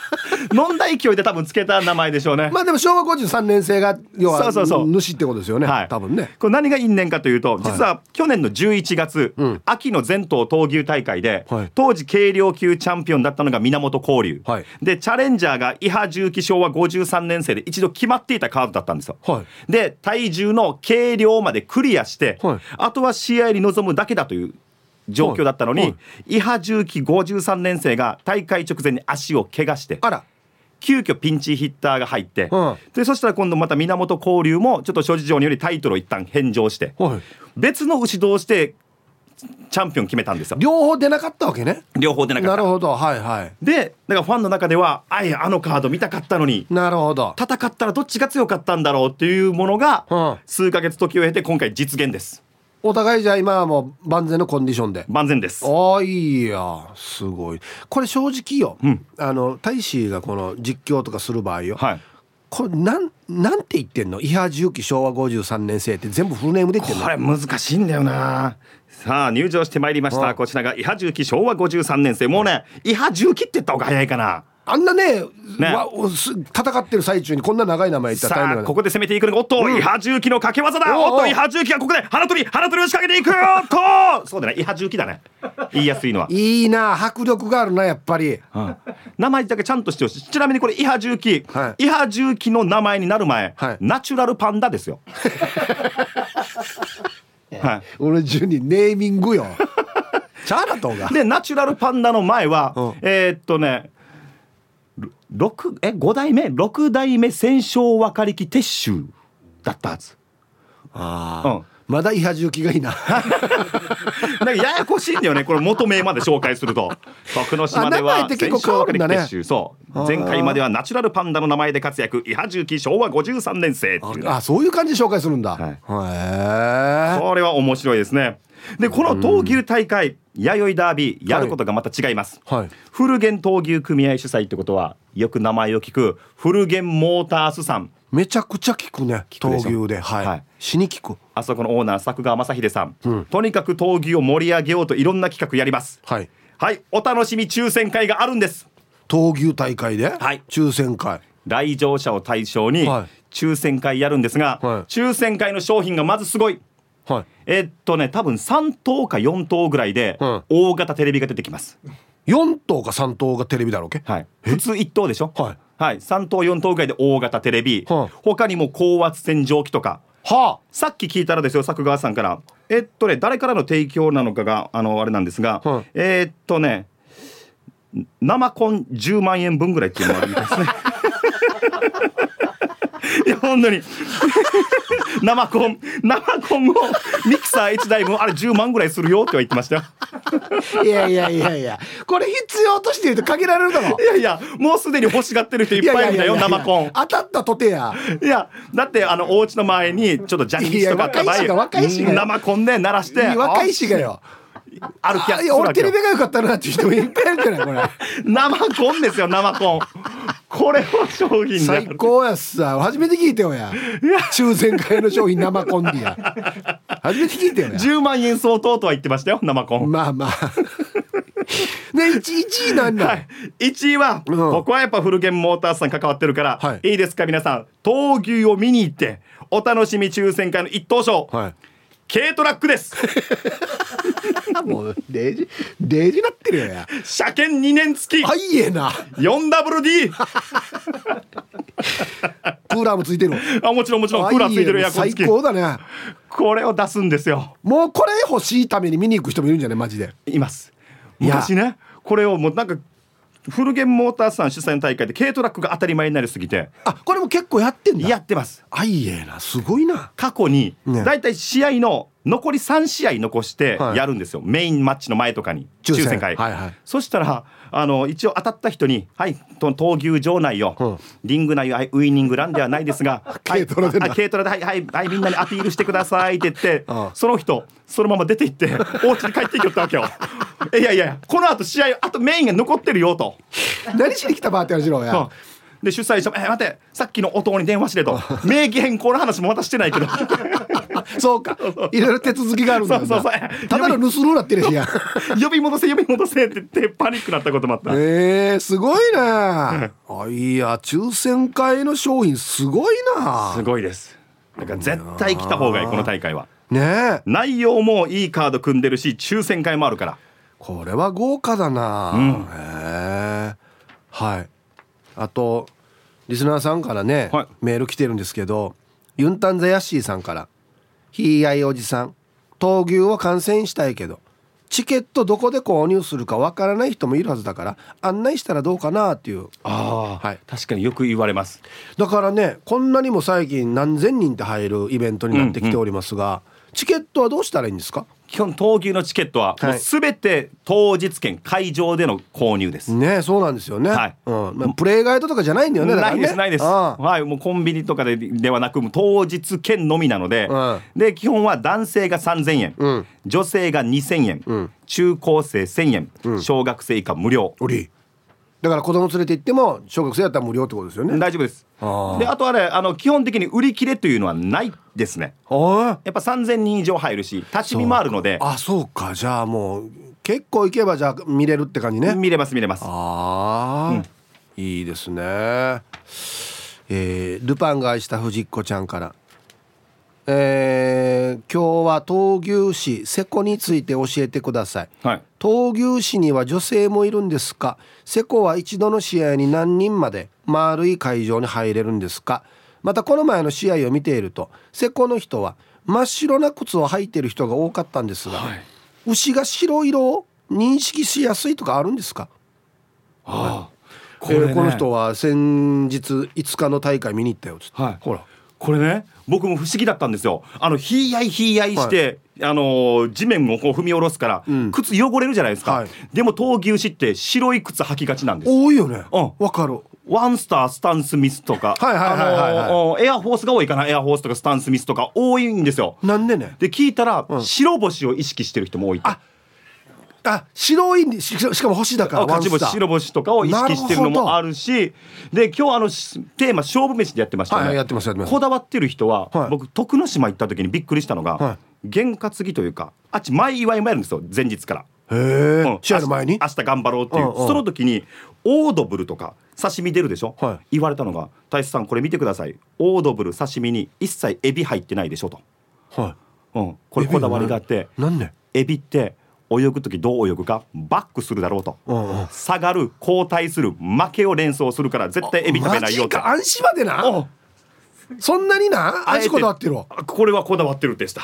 飲んだ勢いで多分つけた名前でしょうね。 まあでも昭和53年生が要は主ってことですよね、 はい、 多分ね。 これ何が因縁かというと、実は去年の11月、秋の全島闘牛大会で、当時軽量級チャンピオンだったのが源光龍、でチャレンジャーが伊波重騎昭和53年生で一度決まっていたカードだったんですよ、で体重の軽量までクリアして、あとは試合に臨むだけだという状況だったのに、伊波重騎53年生が大会直前に足を怪我して、 あら、 急遽ピンチヒッターが入って、でそしたら今度また源光龍もちょっと諸事情によりタイトルを一旦返上して、別の牛同士でチャンピオン決めたんですよ。 両方出なかったわけね。 両方出なかった。 なるほど、はいはい。 でだからファンの中ではあのカード見たかったのに、 なるほど、 戦ったらどっちが強かったんだろうっていうものが、数ヶ月時を経て今回実現です。 お互いじゃあ今はもう万全のコンディションで。 万全です。 いやすごい。これ正直よ、大使がこの実況とかする場合よ、これなんて言ってんの？伊波重騎昭和53年生って全部フルネームで言ってんの？ これ難しいんだよな。さあ入場してまいりました。こちらが伊波重騎昭和53年生。もうね伊波重騎って言った方が早いかな。 あんなね戦ってる最中にこんな長い名前言ったら大変だ。 さあここで攻めていくのが伊波重騎の掛け技だ。伊波重騎がここで花取りを仕掛けていくそうだね、伊波重騎だね、言いやすいのは。 いいな、迫力があるなやっぱり、 名前だけちゃんとしてほしい。ちなみにこれ伊波重騎、伊波重騎の名前になる前、ナチュラルパンダですよ俺中にネーミングよチャーラトがでナチュラルパンダの前は、5代目6代目戦勝若力鉄舟だったはず。 まだ伊波重騎がいいななんかややこしいんだよねこれ元名まで紹介すると。徳之島では戦勝若力鉄舟、そう前回まではナチュラルパンダの名前で活躍、伊波重騎昭和53年生っていう、ね、 そういう感じで紹介するんだ、これは面白いですね。でこの闘牛大会、弥生ダービーやることがまた違います、古源闘牛組合主催ってことはよく名前を聞く古源モータースさん、 めちゃくちゃ聞くね、闘牛で、死に聞く。 あそこのオーナー作川正秀さん、とにかく闘牛を盛り上げようといろんな企画やります。お楽しみ抽選会があるんです。 闘牛大会で、抽選会、 来場者を対象に抽選会やるんですが、抽選会の商品がまずすごい。多分3等か4等ぐらいで大型テレビが出てきます。 4等か3等がテレビだろうけ、 普通1等でしょ、3等4等ぐらいで大型テレビ、他にも高圧洗浄機とか、さっき聞いたらですよ、作川さんから誰からの提供なのかがあれなんですが、生コン10万円分ぐらいっていうのがあるみたいですねいや本当に生コンをミキサー1台分あれ10万ぐらいするよっては言ってましたよいやこれ必要として言うと限られるだろ。 いやもうすでに欲しがってる人いっぱいいるんだよ、生コン。 当たったとてや。 いやだってお家の前にちょっとジャニーズとかあった場合生コンで鳴らして、 若いしがよ歩きやすい。俺テレビが良かったなっていう人もいっぱいいるじゃないこれ生コンですよ、生コンこれは商品だ。 最高やっさ、初めて聞いてよや。抽選会の商品生コンディや初めて聞いてよや。 10万円相当とは言ってましたよ、生コン。 まあね1位なんだ、 1位は、ここはやっぱ古源モータースさん関わってるから、いいですか皆さん、闘牛を見に行ってお楽しみ抽選会の一等賞、軽トラックですもうデージなってるよや。 車検2年付き、 はいえな 4WD クーラーもついてる。 もちろんクーラーついてるエアコン付き。 最高だね。 これを出すんですよ。 もうこれ欲しいために見に行く人もいるんじゃない、マジで。 います。昔ねこれをもうなんか古源モーターさん主催の大会で軽トラックが当たり前になりすぎて、 これも結構やってんだ。 やってます。 いえな、すごいな。 過去にだいたい試合の残り3試合残してやるんですよ、メインマッチの前とかに抽選会、そしたら一応当たった人に闘牛場内よ、リング内ウイニングランではないですが軽トラでみんなにアピールしてくださいって言ってその人そのまま出て行ってお家に帰っていきよったわけよいやこの後試合あとメインが残ってるよと何しに来たばって話しろや。 で主催者待てさっきの音に電話してと名義変更の話もまたしてないけどそうか、いろいろ手続きがあるんだよな。 そうただの盗るなってるしや呼び戻せって言ってパニックになったこともあった。 すごいねあ、いや抽選会の商品すごいな。 すごいです。だから絶対来た方がいいこの大会はね。 内容もいいカード組んでるし抽選会もあるから、 これは豪華だな。はい。あとリスナーさんからね、はい、メール来てるんですけど、ユンタンザヤッシーさんから、ひいあいおじさん、闘牛を観戦したいけどチケットどこで購入するかわからない人もいるはずだから案内したらどうかなっていう。 はい、確かによく言われます。 だからね、こんなにも最近何千人って入るイベントになってきておりますが、チケットはどうしたらいいんですか？ 基本闘牛のチケットはもう全て当日券会場での購入ですね。そうなんですよね、はい。プレイガイドとかじゃないんだよね。 ないですないです。はい、もうコンビニとかではなく当日券のみなので、で基本は男性が3000円、女性が2000円、中高生1000円、小学生以下無料。 だから子供連れて行っても小学生だったら無料ってことですよね。 大丈夫です。であとはね、基本的に売り切れというのはないですね。やっぱ3000人以上入るし立ち見もあるので。 そうか、じゃあもう結構行けばじゃあ見れるって感じね。 見れます。 いいですね。ルパンが愛した藤子ちゃんから、今日は闘牛士瀬古について教えてください。闘牛士には女性もいるんですか？瀬古は一度の試合に何人まで丸い会場に入れるんですか？またこの前の試合を見ていると瀬古の人は真っ白な靴を履いている人が多かったんですが、牛が白色を認識しやすいとかあるんですか？この人は先日5日の大会見に行ったよっつって、ほらこれね、僕も不思議だったんですよ。ひいあいして、地面をこう踏み下ろすから、靴汚れるじゃないですか、でも闘牛士って白い靴履きがちなんです。 多いよね。わかる。 ワンスタースタンスミスとかエアフォースが多いかな。エアフォースとかスタンスミスとか多いんですよ。 なんでね。 で聞いたら、白星を意識してる人も多いと。 白い しかも星だから勝ち星白星とかを意識してるのもあるし、で今日テーマ勝負飯でやってましたね。やってます。こだわってる人は、僕徳之島行った時にびっくりしたのが、験担ぎというか前祝いもやるんですよ、前日から。 試合の前に明日頑張ろうっていう、その時にオードブルとか刺身出るでしょ、言われたのが、大志さんこれ見てください、オードブル刺身に一切エビ入ってないでしょと。これこだわりがあって、エビって泳ぐ時どう泳ぐか、バックするだろうと、下がる、後退する、負けを連想するから絶対エビ食べないよって。 マジか、安心までな。そんなにな、味こだわってるわ。 これはこだわってるでした。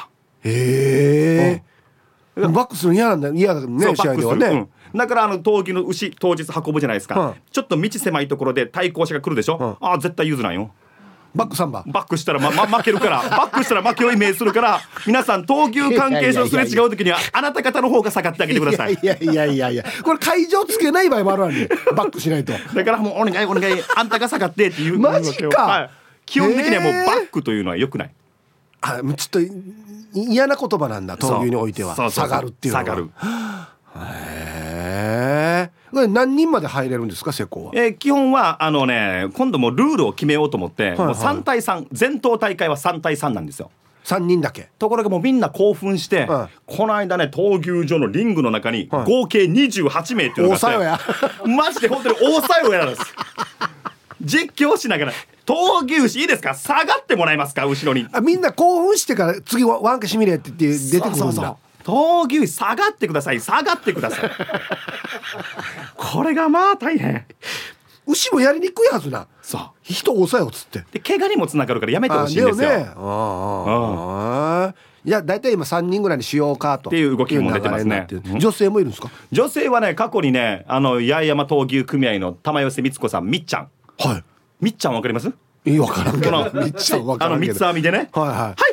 バックするの嫌なんだ、嫌だね、試合ではね。 だから闘牛の牛当日運ぶじゃないですか、ちょっと道狭いところで対向車が来るでしょ、絶対譲らんよ。 バック3番バックしたら、負けるからバックしたら負けをイメージするから、皆さん闘牛関係者とすれ違う時にはあなた方の方が下がってあげてください。 いやこれ会場つけない場合もあるわねバックしないと。 だからもうお願いあんたが下がってっていう。 マジか、 基本的にはもうバックというのは良くない。 ちょっと嫌な言葉なんだ、闘牛においては。下がるっていうのは。下がる。これ何人まで入れるんですか、瀬古は。 基本は今度もルールを決めようと思って、もう3対3、全島大会は3対3なんですよ。 3人だけ。 ところがもうみんな興奮して、この間ね、闘牛場のリングの中に合計28名っていうのがあって、マジで本当に大作用やなんです。実況しながら闘牛士いいですか、下がってもらえますか、後ろに。 みんな興奮してから次ワンケしみれって言って出てくるんだ。 闘牛士下がってください、下がってください。これがまあ大変。 牛もやりにくいはずな。人抑えよっつって。 で怪我にもつながるからやめてほしいんですよ。 いやだいたい今3人ぐらいにしようかとっていう動きも出てますね。 女性もいるんですか？ 女性はね、過去にね、八重山闘牛組合の玉寄光子さん、みっちゃん。みっちゃんわかります？ わからんけど。みっちゃんわからんけど。 三つ編みでね。はい、いや、はい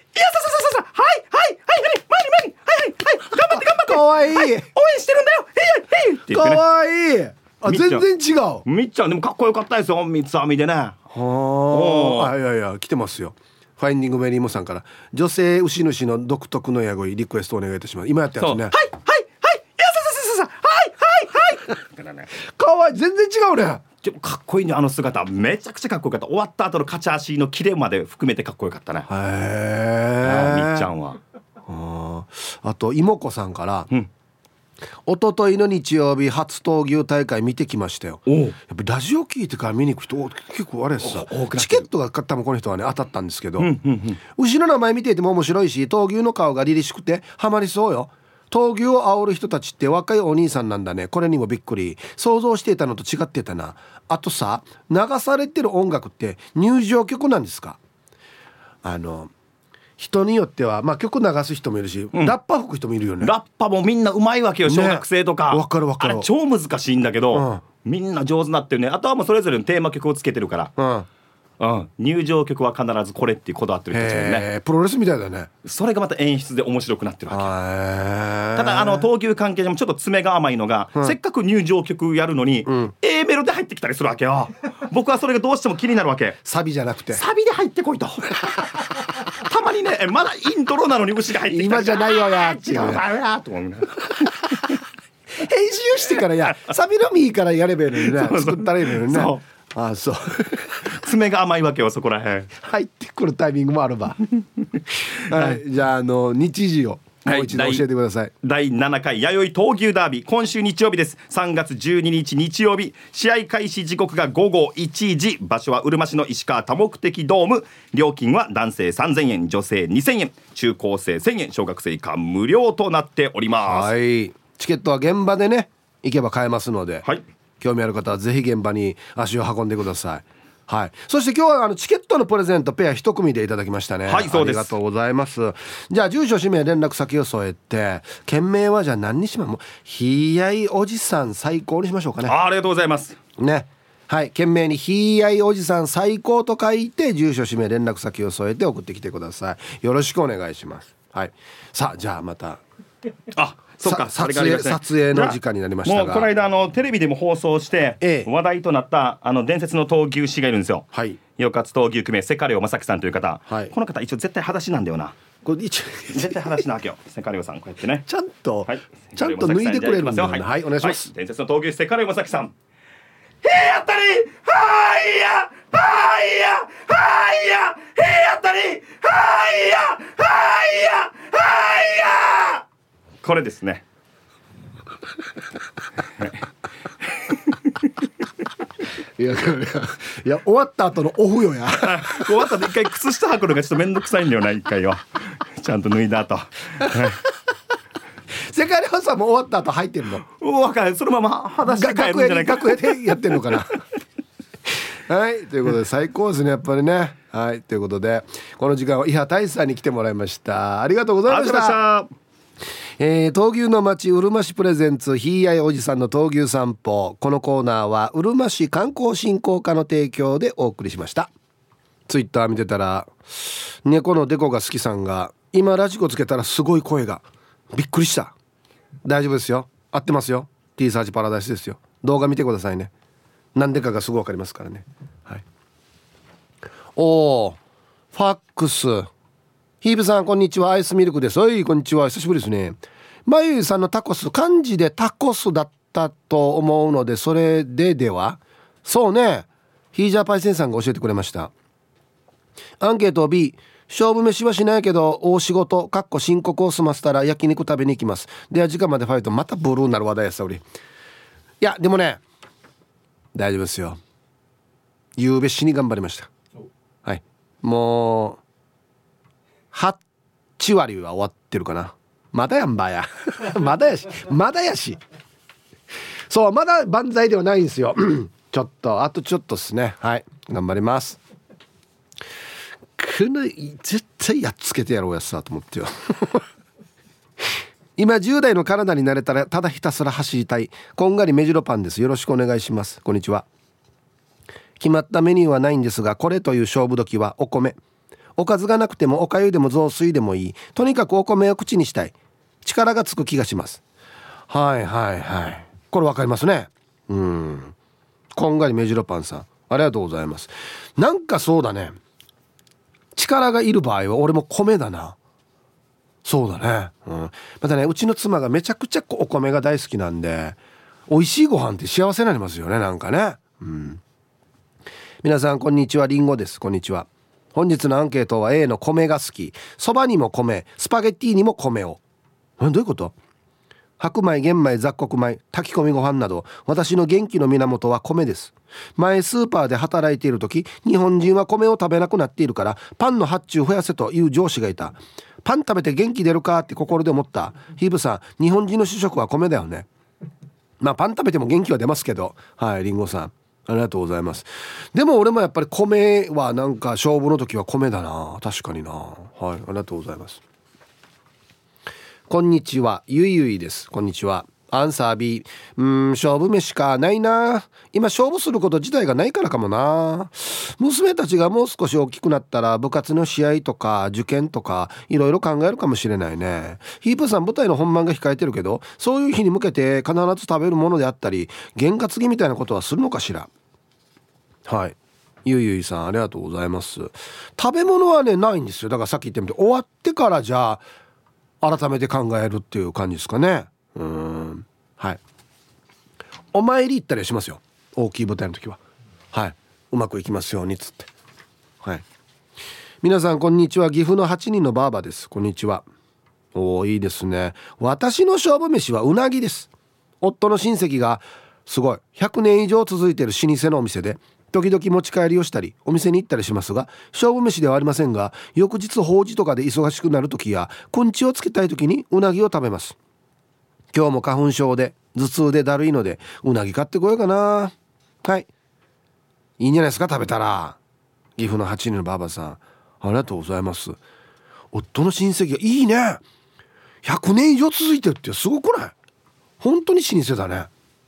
頑張ってかわいい、応援してるんだよ、 かわいい。全然違う。 みっちゃんでもかっこよかったですよ、三つ編みでね。いや来てますよ。ファインディングメリーモさんから、女性牛主の独特のやごいリクエストお願いいたします。今やったやつね。 かわいい、全然違うね。 でもかっこいいね、あの姿めちゃくちゃかっこよかった。終わった後の勝ち足のキレまで含めてかっこよかったね。 へみっちゃんは。 あと妹子さんから、一昨日の日曜日初闘牛大会見てきましたよ。やっぱラジオ聞いてから見に行く人結構あれさ、チケットが多分この人はね当たったんですけど、牛の名前見ていても面白いし、闘牛の顔が凛々しくてハマりそうよ。闘牛を煽る人たちって若いお兄さんなんだね。これにもびっくり。想像していたのと違ってたな。あとさ、流されてる音楽って入場曲なんですか？人によっては、まあ、曲流す人もいるし、ラッパ吹く人もいるよね。 ラッパもみんなうまいわけよ、小学生とか。 わかるわかる。 あれ超難しいんだけど、みんな上手になってるね。あとはもうそれぞれのテーマ曲をつけてるから、入場曲は必ずこれってこだわってる人たちもね。 プロレスみたいだね。 それがまた演出で面白くなってるわけ。ただ闘牛関係者もちょっと爪が甘いのが、せっかく入場曲やるのに、A メロで入ってきたりするわけよ。僕はそれがどうしても気になるわけ。 サビじゃなくてサビで入ってこいとたまにね、まだイントロなのに牛が入ってきたり、 今じゃないよや、 違うだよやと思う。 編集してからやサビのみからやればいいのにね。作ったらいいのにね。あ、そう爪が甘いわけよ、そこらへん。 入ってくるタイミングもあるばはい、じゃあ日時をもう一度教えてください。 第7回弥生闘牛ダービー、今週日曜日です。3月12日日曜日、試合開始時刻が午後1時、場所はうるま市の石川多目的ドーム。料金は男性3000円、女性2000円、中高生1000円、小学生以下無料となっております。 はい、チケットは現場でね行けば買えますので、興味ある方はぜひ現場に足を運んでください。はい、そして今日はチケットのプレゼントペア一組でいただきましたね。 はい、そうです。 ありがとうございます。じゃあ住所氏名連絡先を添えて、件名はじゃあ何にしましょう。ひやいおじさん最高にしましょうかね。 ありがとうございますね。はい、件名にひやいおじさん最高と書いて、住所氏名連絡先を添えて送ってきてください。よろしくお願いします。はい、さあじゃあまたそうか、 撮影の時間になりましたが、 もうこの間テレビでも放送して、話題となった伝説の闘牛士がいるんですよ。 はい、 よかつ闘牛組合セカレオ正樹さんという方、 はい、 この方一応絶対裸足なんだよな。これ絶対裸足なわけよセカレオさん、こうやってねちゃんと脱いでくれるんだよね。はい、お願いします。 伝説の闘牛士セカレオ正樹さん、へやったりはいやはいやはいやへやったりはいやはいやはいや、これですねいや終わった後のオフよや終わった後一回靴下履くのがちょっとめんどくさいんだよな。一回はちゃんと脱いだ後世界レオさんも終わった後入ってるの？ 分かる、そのまま裸足で帰るんじゃないか。 楽屋でやってるのかなはい、ということで最高ですねやっぱりね。はい、ということでこの時間は伊波大さんに来てもらいました。ありがとうございました。闘牛の町うるま市プレゼンツひいやいおじさんの闘牛散歩。このコーナーはうるま市観光振興課の提供でお送りしました。ツイッター見てたら猫のデコが好きさんが、今ラジコつけたらすごい声が、びっくりした。大丈夫ですよ、合ってますよ、 T サーチパラダイスですよ。動画見てくださいね。なんでかがすぐ分かりますからね。はい、おーファックス、ヒーブさんこんにちは、アイスミルクです。はい、こんにちは、久しぶりですね。まゆゆさんのタコス、漢字でタコスだったと思うので、それではそうね、ヒージャーパイセンさんが教えてくれました。アンケート B、 勝負飯はしないけど大仕事申告を済ませたら焼肉食べに行きます。では時間までファイト。またブルーになる話題やさおり。いやでもね大丈夫ですよ。夕べ死に頑張りました。はい、もう8割は終わってるかな。まだやんばやまだやしそうまだ万歳ではないんですよちょっとあとちょっとですね。はい、頑張ります。絶対やっつけてやろうやさと思ってよ今10代の体になれたらただひたすら走りたいこんがり目白パンです。よろしくお願いします。こんにちは。決まったメニューはないんですが、これという勝負時はお米。おかずがなくてもおかゆでも雑炊でもいい、とにかくお米を口にしたい。力がつく気がします。はいはいはい、これわかりますね。こんがり目白パンさんありがとうございます。なんかそうだね、力がいる場合は俺も米だな。そうだね、またねうちの妻がめちゃくちゃお米が大好きなんで、 美味しいご飯って幸せになりますよね、なんかね。皆さんこんにちは、りんごです。こんにちは。本日のアンケートは A の米が好き。そばにも米、スパゲッティにも米を。どういうこと？白米、玄米、雑穀米、炊き込みご飯など私の元気の源は米です。前スーパーで働いている時、日本人は米を食べなくなっているからパンの発注増やせという上司がいた。パン食べて元気出るかって心で思った。ヒーブさん、日本人の主食は米だよね。まあパン食べても元気は出ますけど、はい、リンゴさんありがとうございます。でも俺もやっぱり米はなんか勝負の時は米だな、確かにな。はい、ありがとうございます。こんにちは、ゆいゆいです。こんにちは。アンサー B。勝負飯かないな。今勝負すること自体がないからかもな。娘たちがもう少し大きくなったら部活の試合とか受験とかいろいろ考えるかもしれないね。ヒープさん、舞台の本番が控えてるけど、そういう日に向けて必ず食べるものであったり験担ぎみたいなことはするのかしら。はい、ゆいゆいさんありがとうございます。食べ物はねないんですよ。だからさっき言ったみたいに終わってからじゃあ改めて考えるっていう感じですかね。はい、お参り行ったりしますよ、大きい舞台の時は。はい、うまくいきますようにっつって。はい、皆さんこんにちは、岐阜の8人のばあばです。こんにちは。おー、いいですね。私の勝負飯はうなぎです。夫の親戚がすごい100年以上続いている老舗のお店で時々持ち帰りをしたりお店に行ったりしますが、勝負飯ではありませんが、翌日法事とかで忙しくなる時や根治をつけたい時にうなぎを食べます。今日も花粉症で頭痛でだるいのでうなぎ買ってこようかな。はい、いいんじゃないですか、食べたら。岐阜の8人のばあばさんありがとうございます。夫の親戚がいいね、100年以上続いてるってすごくない？本当に老舗だね。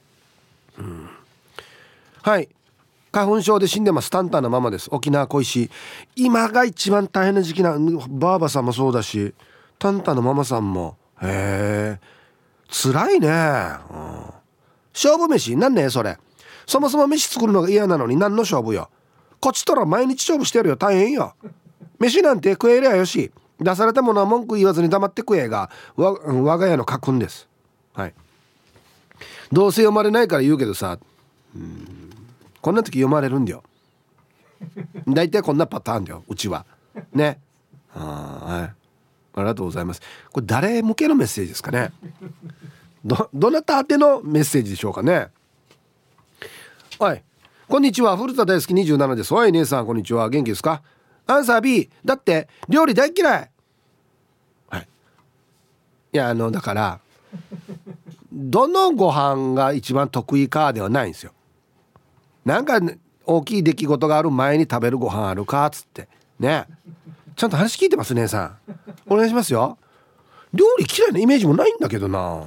はい、花粉症で死んでます。タンタンのママです。沖縄小石。今が一番大変な時期な。ばあばさんもそうだしタンタンのママさんも。へえ、辛いね。勝負飯なんねそれ。そもそも飯作るのが嫌なのに何の勝負よ。こっちとら毎日勝負してるよ、大変よ。飯なんて食えりゃよし、出されたものは文句言わずに黙って食えが我が家の家訓です。はい、どうせ読まれないから言うけどさ、こんな時読まれるんだよ。だいたいこんなパターンだようちはね。はい、ありがとうございます。これ誰向けのメッセージですかね。どなた宛てのメッセージでしょうかね。はい、こんにちは、古田大好き27です。おい姉さんこんにちは、元気ですか？アンサー B。 だって料理大嫌い。はい、いやだからどのご飯が一番得意かではないんですよ。なんか大きい出来事がある前に食べるご飯あるかっつってね。ちゃんと話聞いてます姉さん、お願いしますよ。料理嫌いなイメージもないんだけどな。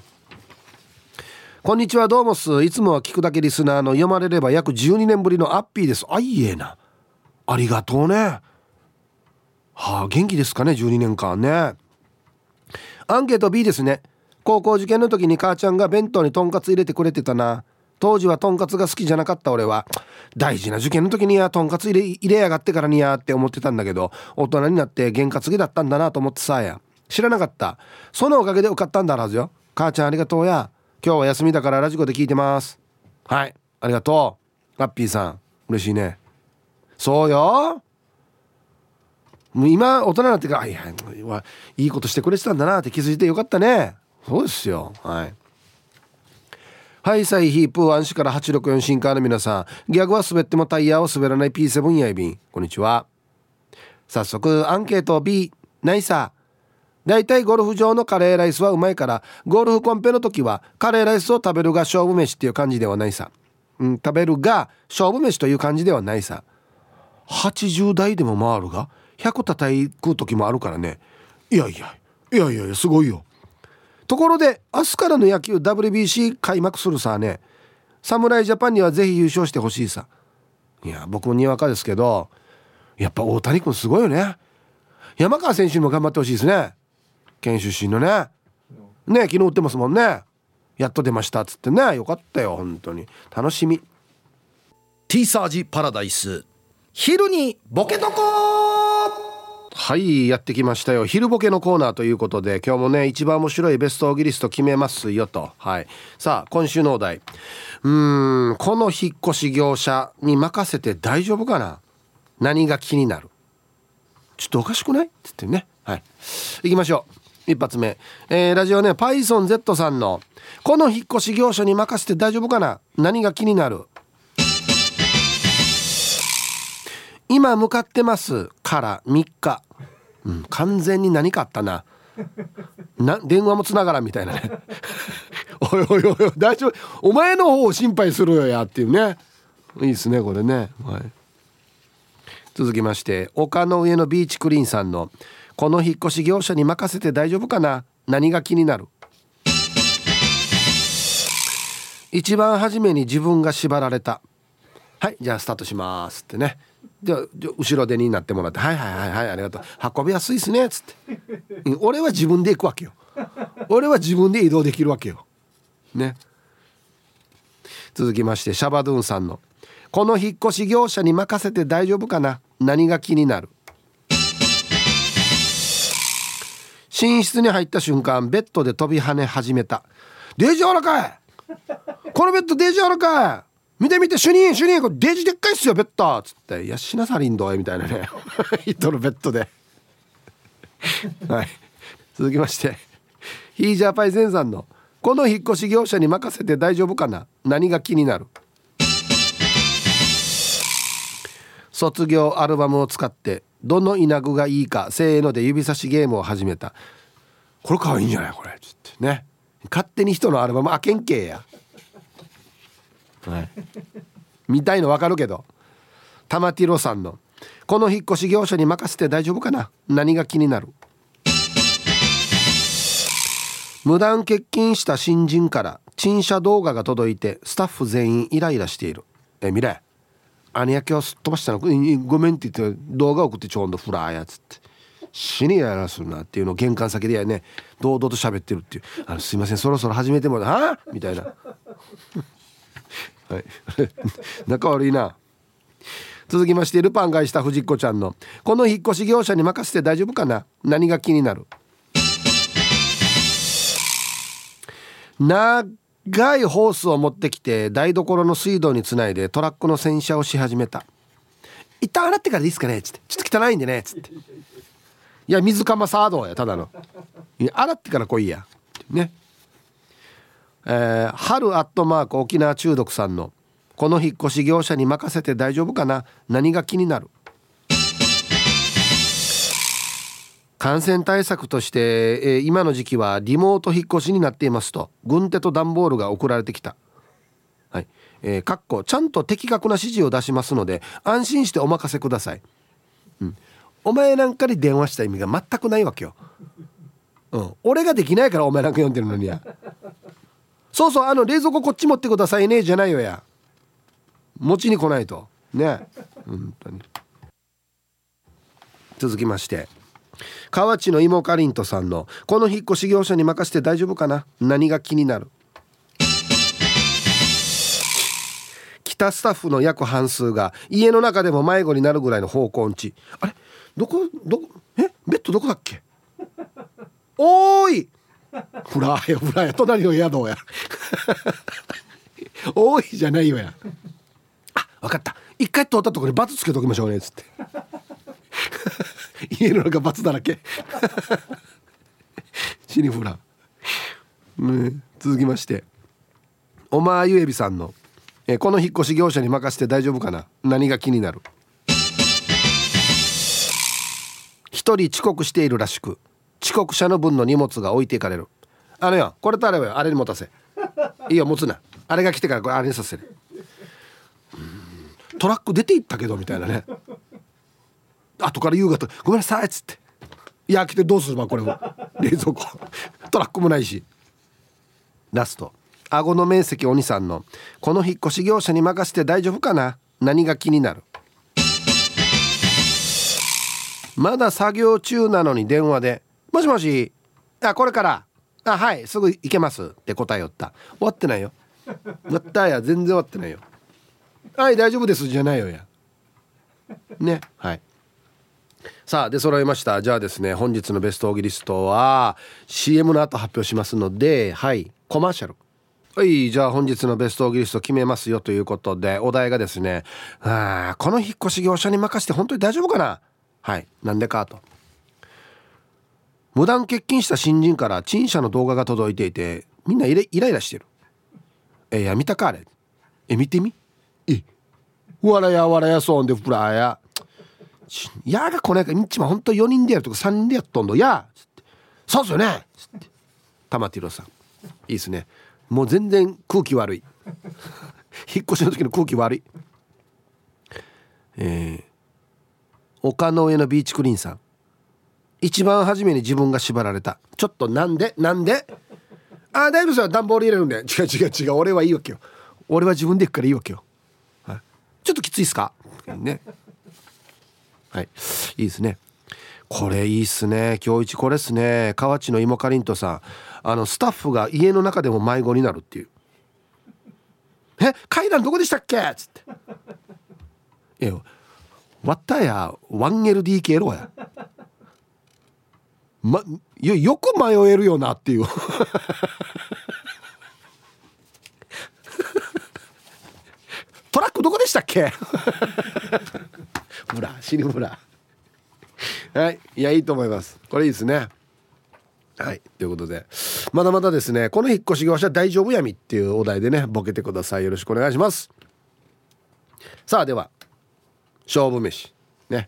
こんにちは、どうもす。いつもは聞くだけリスナーの読まれれば約12年ぶりのアッピーです。あ、いいえな、ありがとうね。元気ですかね、12年間ね。アンケート B ですね。高校受験の時に母ちゃんが弁当にとんかつ入れてくれてたな。当時はとんかつが好きじゃなかった俺は、大事な受験の時にやとんかつ入れやがってからにやって思ってたんだけど、大人になって験担ぎだったんだなと思ってさや。知らなかった。そのおかげで受かったんだはずよ。母ちゃんありがとうや。今日は休みだからラジコで聞いてます。はい、ありがとう。ラッピーさん嬉しいね。そうよ、もう今大人になってからいいことしてくれてたんだなって気づいてよかったね。そうですよ。はい、ハイサイヒープーアンシから864シンカーの皆さん、ギャグは滑ってもタイヤを滑らない P7 やいびん、こんにちは。早速アンケート B。 ないさ。だいたいゴルフ場のカレーライスはうまいから、ゴルフコンペの時はカレーライスを食べるが勝負飯っていう感じではないさ。食べるが勝負飯という感じではないさ。80代でも回るが100叩く時もあるからね。いやすごいよ。ところで明日からの野球 WBC 開幕するさね。侍ジャパンにはぜひ優勝してほしいさ。いや僕もにわかですけど、やっぱ大谷君すごいよね。山川選手にも頑張ってほしいですね。県出身のね。昨日打ってますもんね。やっと出ましたっつってね。よかったよ本当に。楽しみ。 T サージパラダイス、昼にボケとこはい、やってきましたよ。昼ボケのコーナーということで、今日もね一番面白いベストオギリスト決めますよと。はい、さあ今週のお題、この引っ越し業者に任せて大丈夫かな、何が気になる、ちょっとおかしくないって言ってね。はい、行きましょう。一発目、ラジオね PythonZ さんのこの引っ越し業者に任せて大丈夫かな、何が気になる。今向かってますから3日、完全に何かあったな、電話もつながらんみたいなねおいおいおい大丈夫、お前の方を心配するよやっていうね。いいですねこれね。はい、続きまして丘の上のビーチクリーンさんのこの引っ越し業者に任せて大丈夫かな、何が気になる。一番初めに自分が縛られた、はいじゃあスタートしますってね、じゃあ後ろ手になってもらって、はいはいはいはいありがとう、運びやすいですねっつって俺は自分で行くわけよ、俺は自分で移動できるわけよね。続きましてシャバドゥンさんのこの引っ越し業者に任せて大丈夫かな、何が気になる。寝室に入った瞬間ベッドで飛び跳ね始めた、デージ柔らかい、このベッドデージ柔らかい、見て見て主任これデージでっかいっすよベッドつって、いやしなさりんどいみたいなねヒットのベッドではい、続きましてヒージャーパイゼンさんのこの引っ越し業者に任せて大丈夫かな、何が気になる。卒業アルバムを使ってどの稲具がいいかせーので指差しゲームを始めた、これ可愛いんじゃないこれつってね、勝手に人のアルバム開けんけや、はい、見たいの分かるけど。玉ティロさんのこの引っ越し業者に任せて大丈夫かな、何が気になる。無断欠勤した新人から陳謝動画が届いてスタッフ全員イライラしている。見れ兄やけをすっ飛ばしたのごめんって言って動画送ってちょうどフラーやつって死にイライラするなっていうのを玄関先でやね堂々と喋ってるっていう、すいませんそろそろ始めてもらうはみたいなはい仲悪いな。続きましてルパンがした藤子ちゃんのこの引っ越し業者に任せて大丈夫かな、何が気になる。長いホースを持ってきて台所の水道につないでトラックの洗車をし始めた、一旦洗ってからでいいですかねつって、ちょっと汚いんでねつって、いや水かまサードやただの、いや洗ってから来いやね。春アットマーク沖縄中毒さんのこの引っ越し業者に任せて大丈夫かな、何が気になる。感染対策として、今の時期はリモート引っ越しになっていますと軍手と段ボールが送られてきた。はい、かっこちゃんと的確な指示を出しますので安心してお任せください。お前なんかに電話した意味が全くないわけよ。俺ができないからお前なんか読んでるのにや。そうそう冷蔵庫こっち持ってくださいねじゃないよや。持ちに来ないとね。本当に。続きまして河内の芋かりんとさんのこの引っ越し業者に任せて大丈夫かな、何が気になる。来たスタッフの約半数が家の中でも迷子になるぐらいの方向音痴。あれどこベッドどこだっけおーいフラーや隣の宿やおーいじゃないよや。分かった、一回通ったところにバツつけときましょうねつって家の中バツだらけ死にフラ、続きましておまゆえびさんのこの引っ越し業者に任せて大丈夫かな、何が気になる。一人遅刻しているらしく遅刻者の分の荷物が置いていかれる。よこれとあればよあれに持たせいいよ持つな、あれが来てからこれあれにさせる。トラック出て行ったけどみたいなね。後から夕方ごめんなさいっつって、いや来てどうするばこれも冷蔵庫トラックもないし。ラスト顎の面積お兄さんのこの引っ越し業者に任せて大丈夫かな、何が気になる。まだ作業中なのに電話でもしもしこれからはいすぐ行けますって答えよった。終わってないよ終わったや全然終わってないよ。はい大丈夫ですじゃないよやね。はいさあで揃いました。じゃあですね、本日のベストオーギリストは CM の後発表しますので、はいコマーシャル。はい、じゃあ本日のベストオーギリスト決めますよということで、お題がですね、この引っ越し業者に任せて本当に大丈夫かな。はい、なんでかと、無断欠勤した新人から陳謝の動画が届いていて、みんなイライラしてる。いや見たかあれ。見てみ。わらやそんでフラややがこのやかみっちま本当4人でやるとか3人でやっとんのやつって、そうっすよねつって玉ティロさんいいっすね。もう全然空気悪い引っ越しの時の空気悪い。丘の上のビーチクリーンさん、一番初めに自分が縛られた。ちょっとなんで大丈夫ですよ、段ボール入れるんで。違う俺はいいわけよ。俺は自分で行くからいいわけよ。ちょっときついっすかね。はい、いいですね。これいいっすね。今日一これっすね。河内の芋かりんとさん、スタッフが家の中でも迷子になるっていう。階段どこでしたっけつってわったや 1LDK ロや、よく迷えるよなっていうトラックどこでしたっけほら死ぬほら。はい、いやいいと思います。これいいですね。はい、ということでまだまだですね、この引っ越し業者大丈夫やみっていうお題でねボケてください。よろしくお願いします。さあでは勝負飯ね。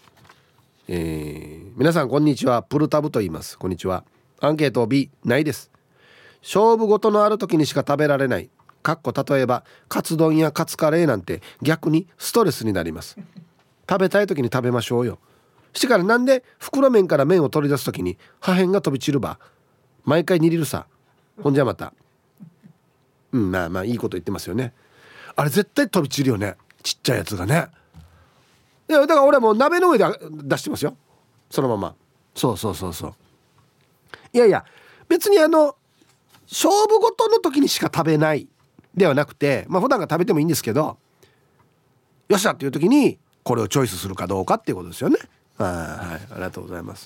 皆さんこんにちは、プルタブと言います。こんにちは。アンケート B ないです。勝負事のある時にしか食べられない例えばカツ丼やカツカレーなんて逆にストレスになります。食べたい時に食べましょうよ。してからなんで袋麺から麺を取り出す時に破片が飛び散るば毎回握るさ。ほんじゃまたまあいいこと言ってますよね。あれ絶対飛び散るよね、ちっちゃいやつがね。いやだから俺もう鍋の上で出してますよ、そのまま。そういや別に勝負事の時にしか食べないではなくて、普段から食べてもいいんですけど、よっしゃっていう時にこれをチョイスするかどうかっていうことですよね。はい、ありがとうございます。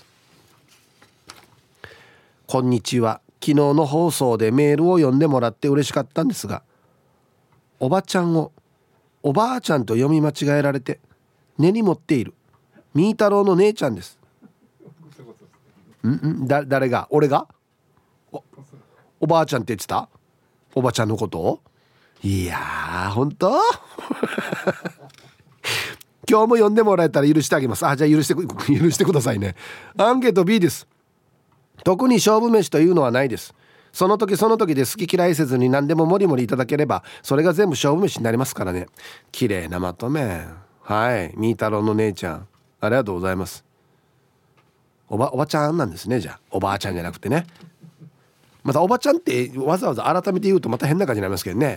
こんにちは。昨日の放送でメールを読んでもらって嬉しかったんですが、おばちゃんをおばあちゃんと読み間違えられて根に持っているみーたろうの姉ちゃんです。誰が？俺が？おばあちゃんって言ってた？おばちゃんのことを？いやー本当今日も読んでもらえたら許してあげます。じゃあ許してくださいね。アンケート B です。特に勝負飯というのはないです。その時その時で好き嫌いせずに何でももりもりいただければそれが全部勝負飯になりますからね。綺麗なまとめ。はい、みーたろうの姉ちゃんありがとうございます。おばちゃんなんですね。じゃあおばあちゃんじゃなくてね。またおばちゃんってわざわざ改めて言うとまた変な感じになりますけどね。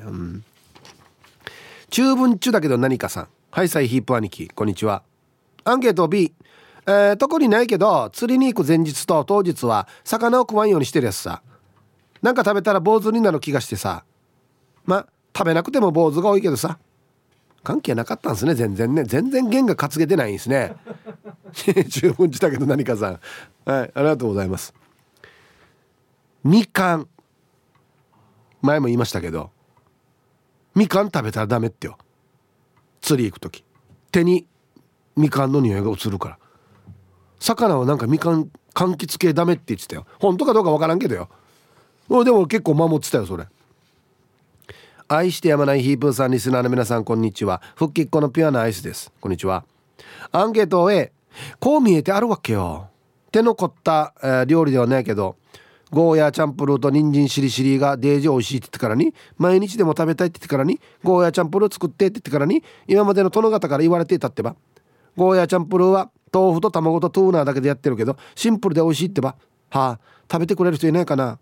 中文中だけど何かさん、はいサイヒープ兄貴こんにちは。アンケート B、特にないけど釣りに行く前日と当日は魚を食わんようにしてるやつさ。なんか食べたら坊主になる気がしてさ、食べなくても坊主が多いけどさ、関係なかったんですね。全然弦が担げてないんですね十分したけど何かさん、はい、ありがとうございます。みかん、前も言いましたけどみかん食べたらダメってよ。釣り行く時手にみかんの匂いが移るから。魚はなんかみかん柑橘系ダメって言ってたよ。本当かどうかわからんけどよ。でも結構守ってたよそれ。愛してやまないヒープーさん、リスナーの皆さんこんにちは。復帰っ子のピュアなアイスです。こんにちは。アンケート A、 こう見えてあるわけよ。手の凝った、料理ではないけどゴーヤーチャンプルーと人参しりしりがデージ美味しいって言ってからに、毎日でも食べたいって言ってからに、ゴーヤーチャンプルー作ってって言ってからに、今までの殿方から言われていたってば。ゴーヤーチャンプルーは豆腐と卵とトゥーナーだけでやってるけどシンプルで美味しいってば。食べてくれる人いないかな。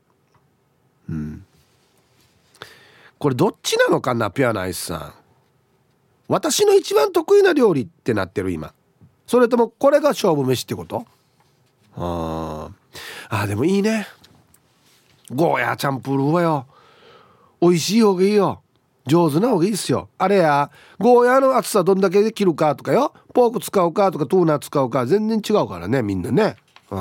これどっちなのかな、ピュアなアイスさん。私の一番得意な料理ってなってる今、それともこれが勝負飯ってこと？でもいいね。ゴーヤーチャンプルーはよ美味しい方がいいよ。 上手な方がいいっすよ。あれやゴーヤーの厚さどんだけで切るかとかよ、ポーク使うかとかトゥーナー使うか全然違うからね、みんなね。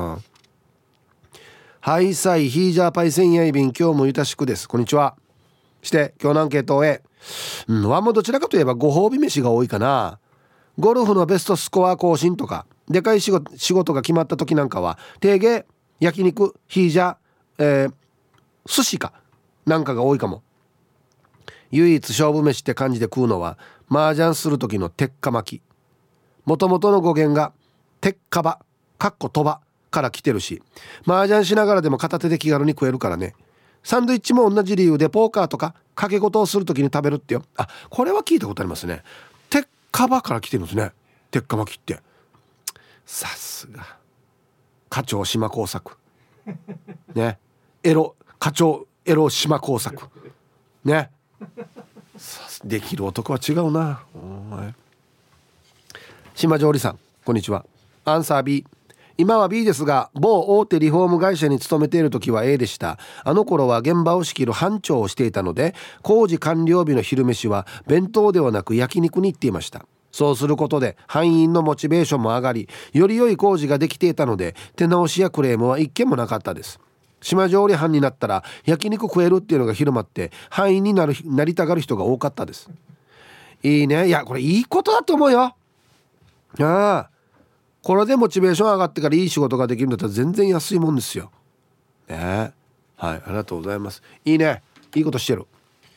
はいさいヒージャーパイセンヤイビン、今日もゆたしくです。こんにちは。して今日のアンケートをワンもどちらかといえばご褒美飯が多いかな。ゴルフのベストスコア更新とかでかい仕事が決まった時なんかは定芸、焼肉、ヒージャー、寿司かなんかが多いかも。唯一勝負飯って感じで食うのは麻雀する時の鉄火巻き。もともとの語源が鉄火場鳥羽から来てるし、麻雀しながらでも片手で気軽に食えるからね。サンドイッチも同じ理由でポーカーとか掛け事をする時に食べるってよ。あ、これは聞いたことありますね。鉄火場から来てるんですね、鉄火巻きって。さすが課長島工作ね、課長エロ島工作ね、できる男は違うな。島上里さん、こんにちは。アンサー B。 今は B ですが、某大手リフォーム会社に勤めている時は A でした。あの頃は現場を仕切る班長をしていたので、工事完了日の昼飯は弁当ではなく焼肉に行っていました。そうすることで班員のモチベーションも上がり、より良い工事ができていたので、手直しやクレームは一件もなかったです。島上里班になったら焼肉食えるっていうのが広まって、班員になりたがる人が多かったです。いいね。いや、これいいことだと思うよ。これでモチベーション上がってからいい仕事ができるんだったら全然安いもんですよね。はい、ありがとうございます。いいね、いいことしてる。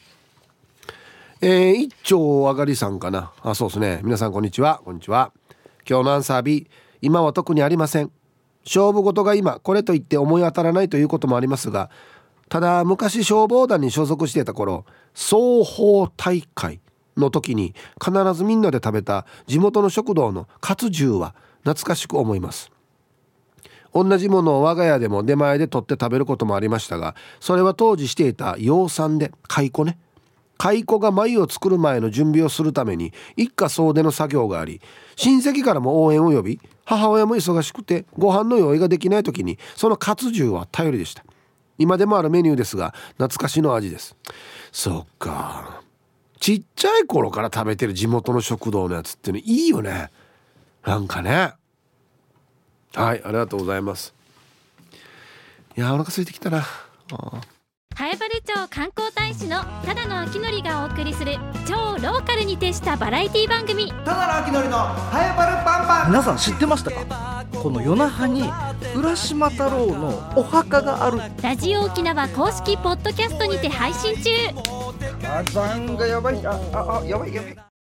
一丁上がりさんかな。あ、そうですね。皆さんこんにちは。こんにちは。今日のアンサー B。 今は特にありません。勝負事が今これといって思い当たらないということもありますが、ただ昔消防団に所属していた頃、双方大会の時に必ずみんなで食べた地元の食堂のカツ重は懐かしく思います。同じものを我が家でも出前で取って食べることもありましたが、それは当時していた養蚕で蚕が繭を作る前の準備をするために一家総出の作業があり、親戚からも応援を呼び、母親も忙しくてご飯の用意ができない時にそのカツ重は頼りでした。今でもあるメニューですが懐かしの味です。そっか、ちっちゃい頃から食べてる地元の食堂のやつってのいいよね、なんかね。はい、ありがとうございます。いや、お腹空いてきたな。 南風原町観光大使のただのあきのりがお送りする超ローカルに徹したバラエティ番組、 ただのあきのりの南風原パンパン。皆さん知ってましたか？この夜那覇に浦島太郎のお墓がある。 ラジオ沖縄公式ポッドキャストにて配信中。 火山がやばい。やばい。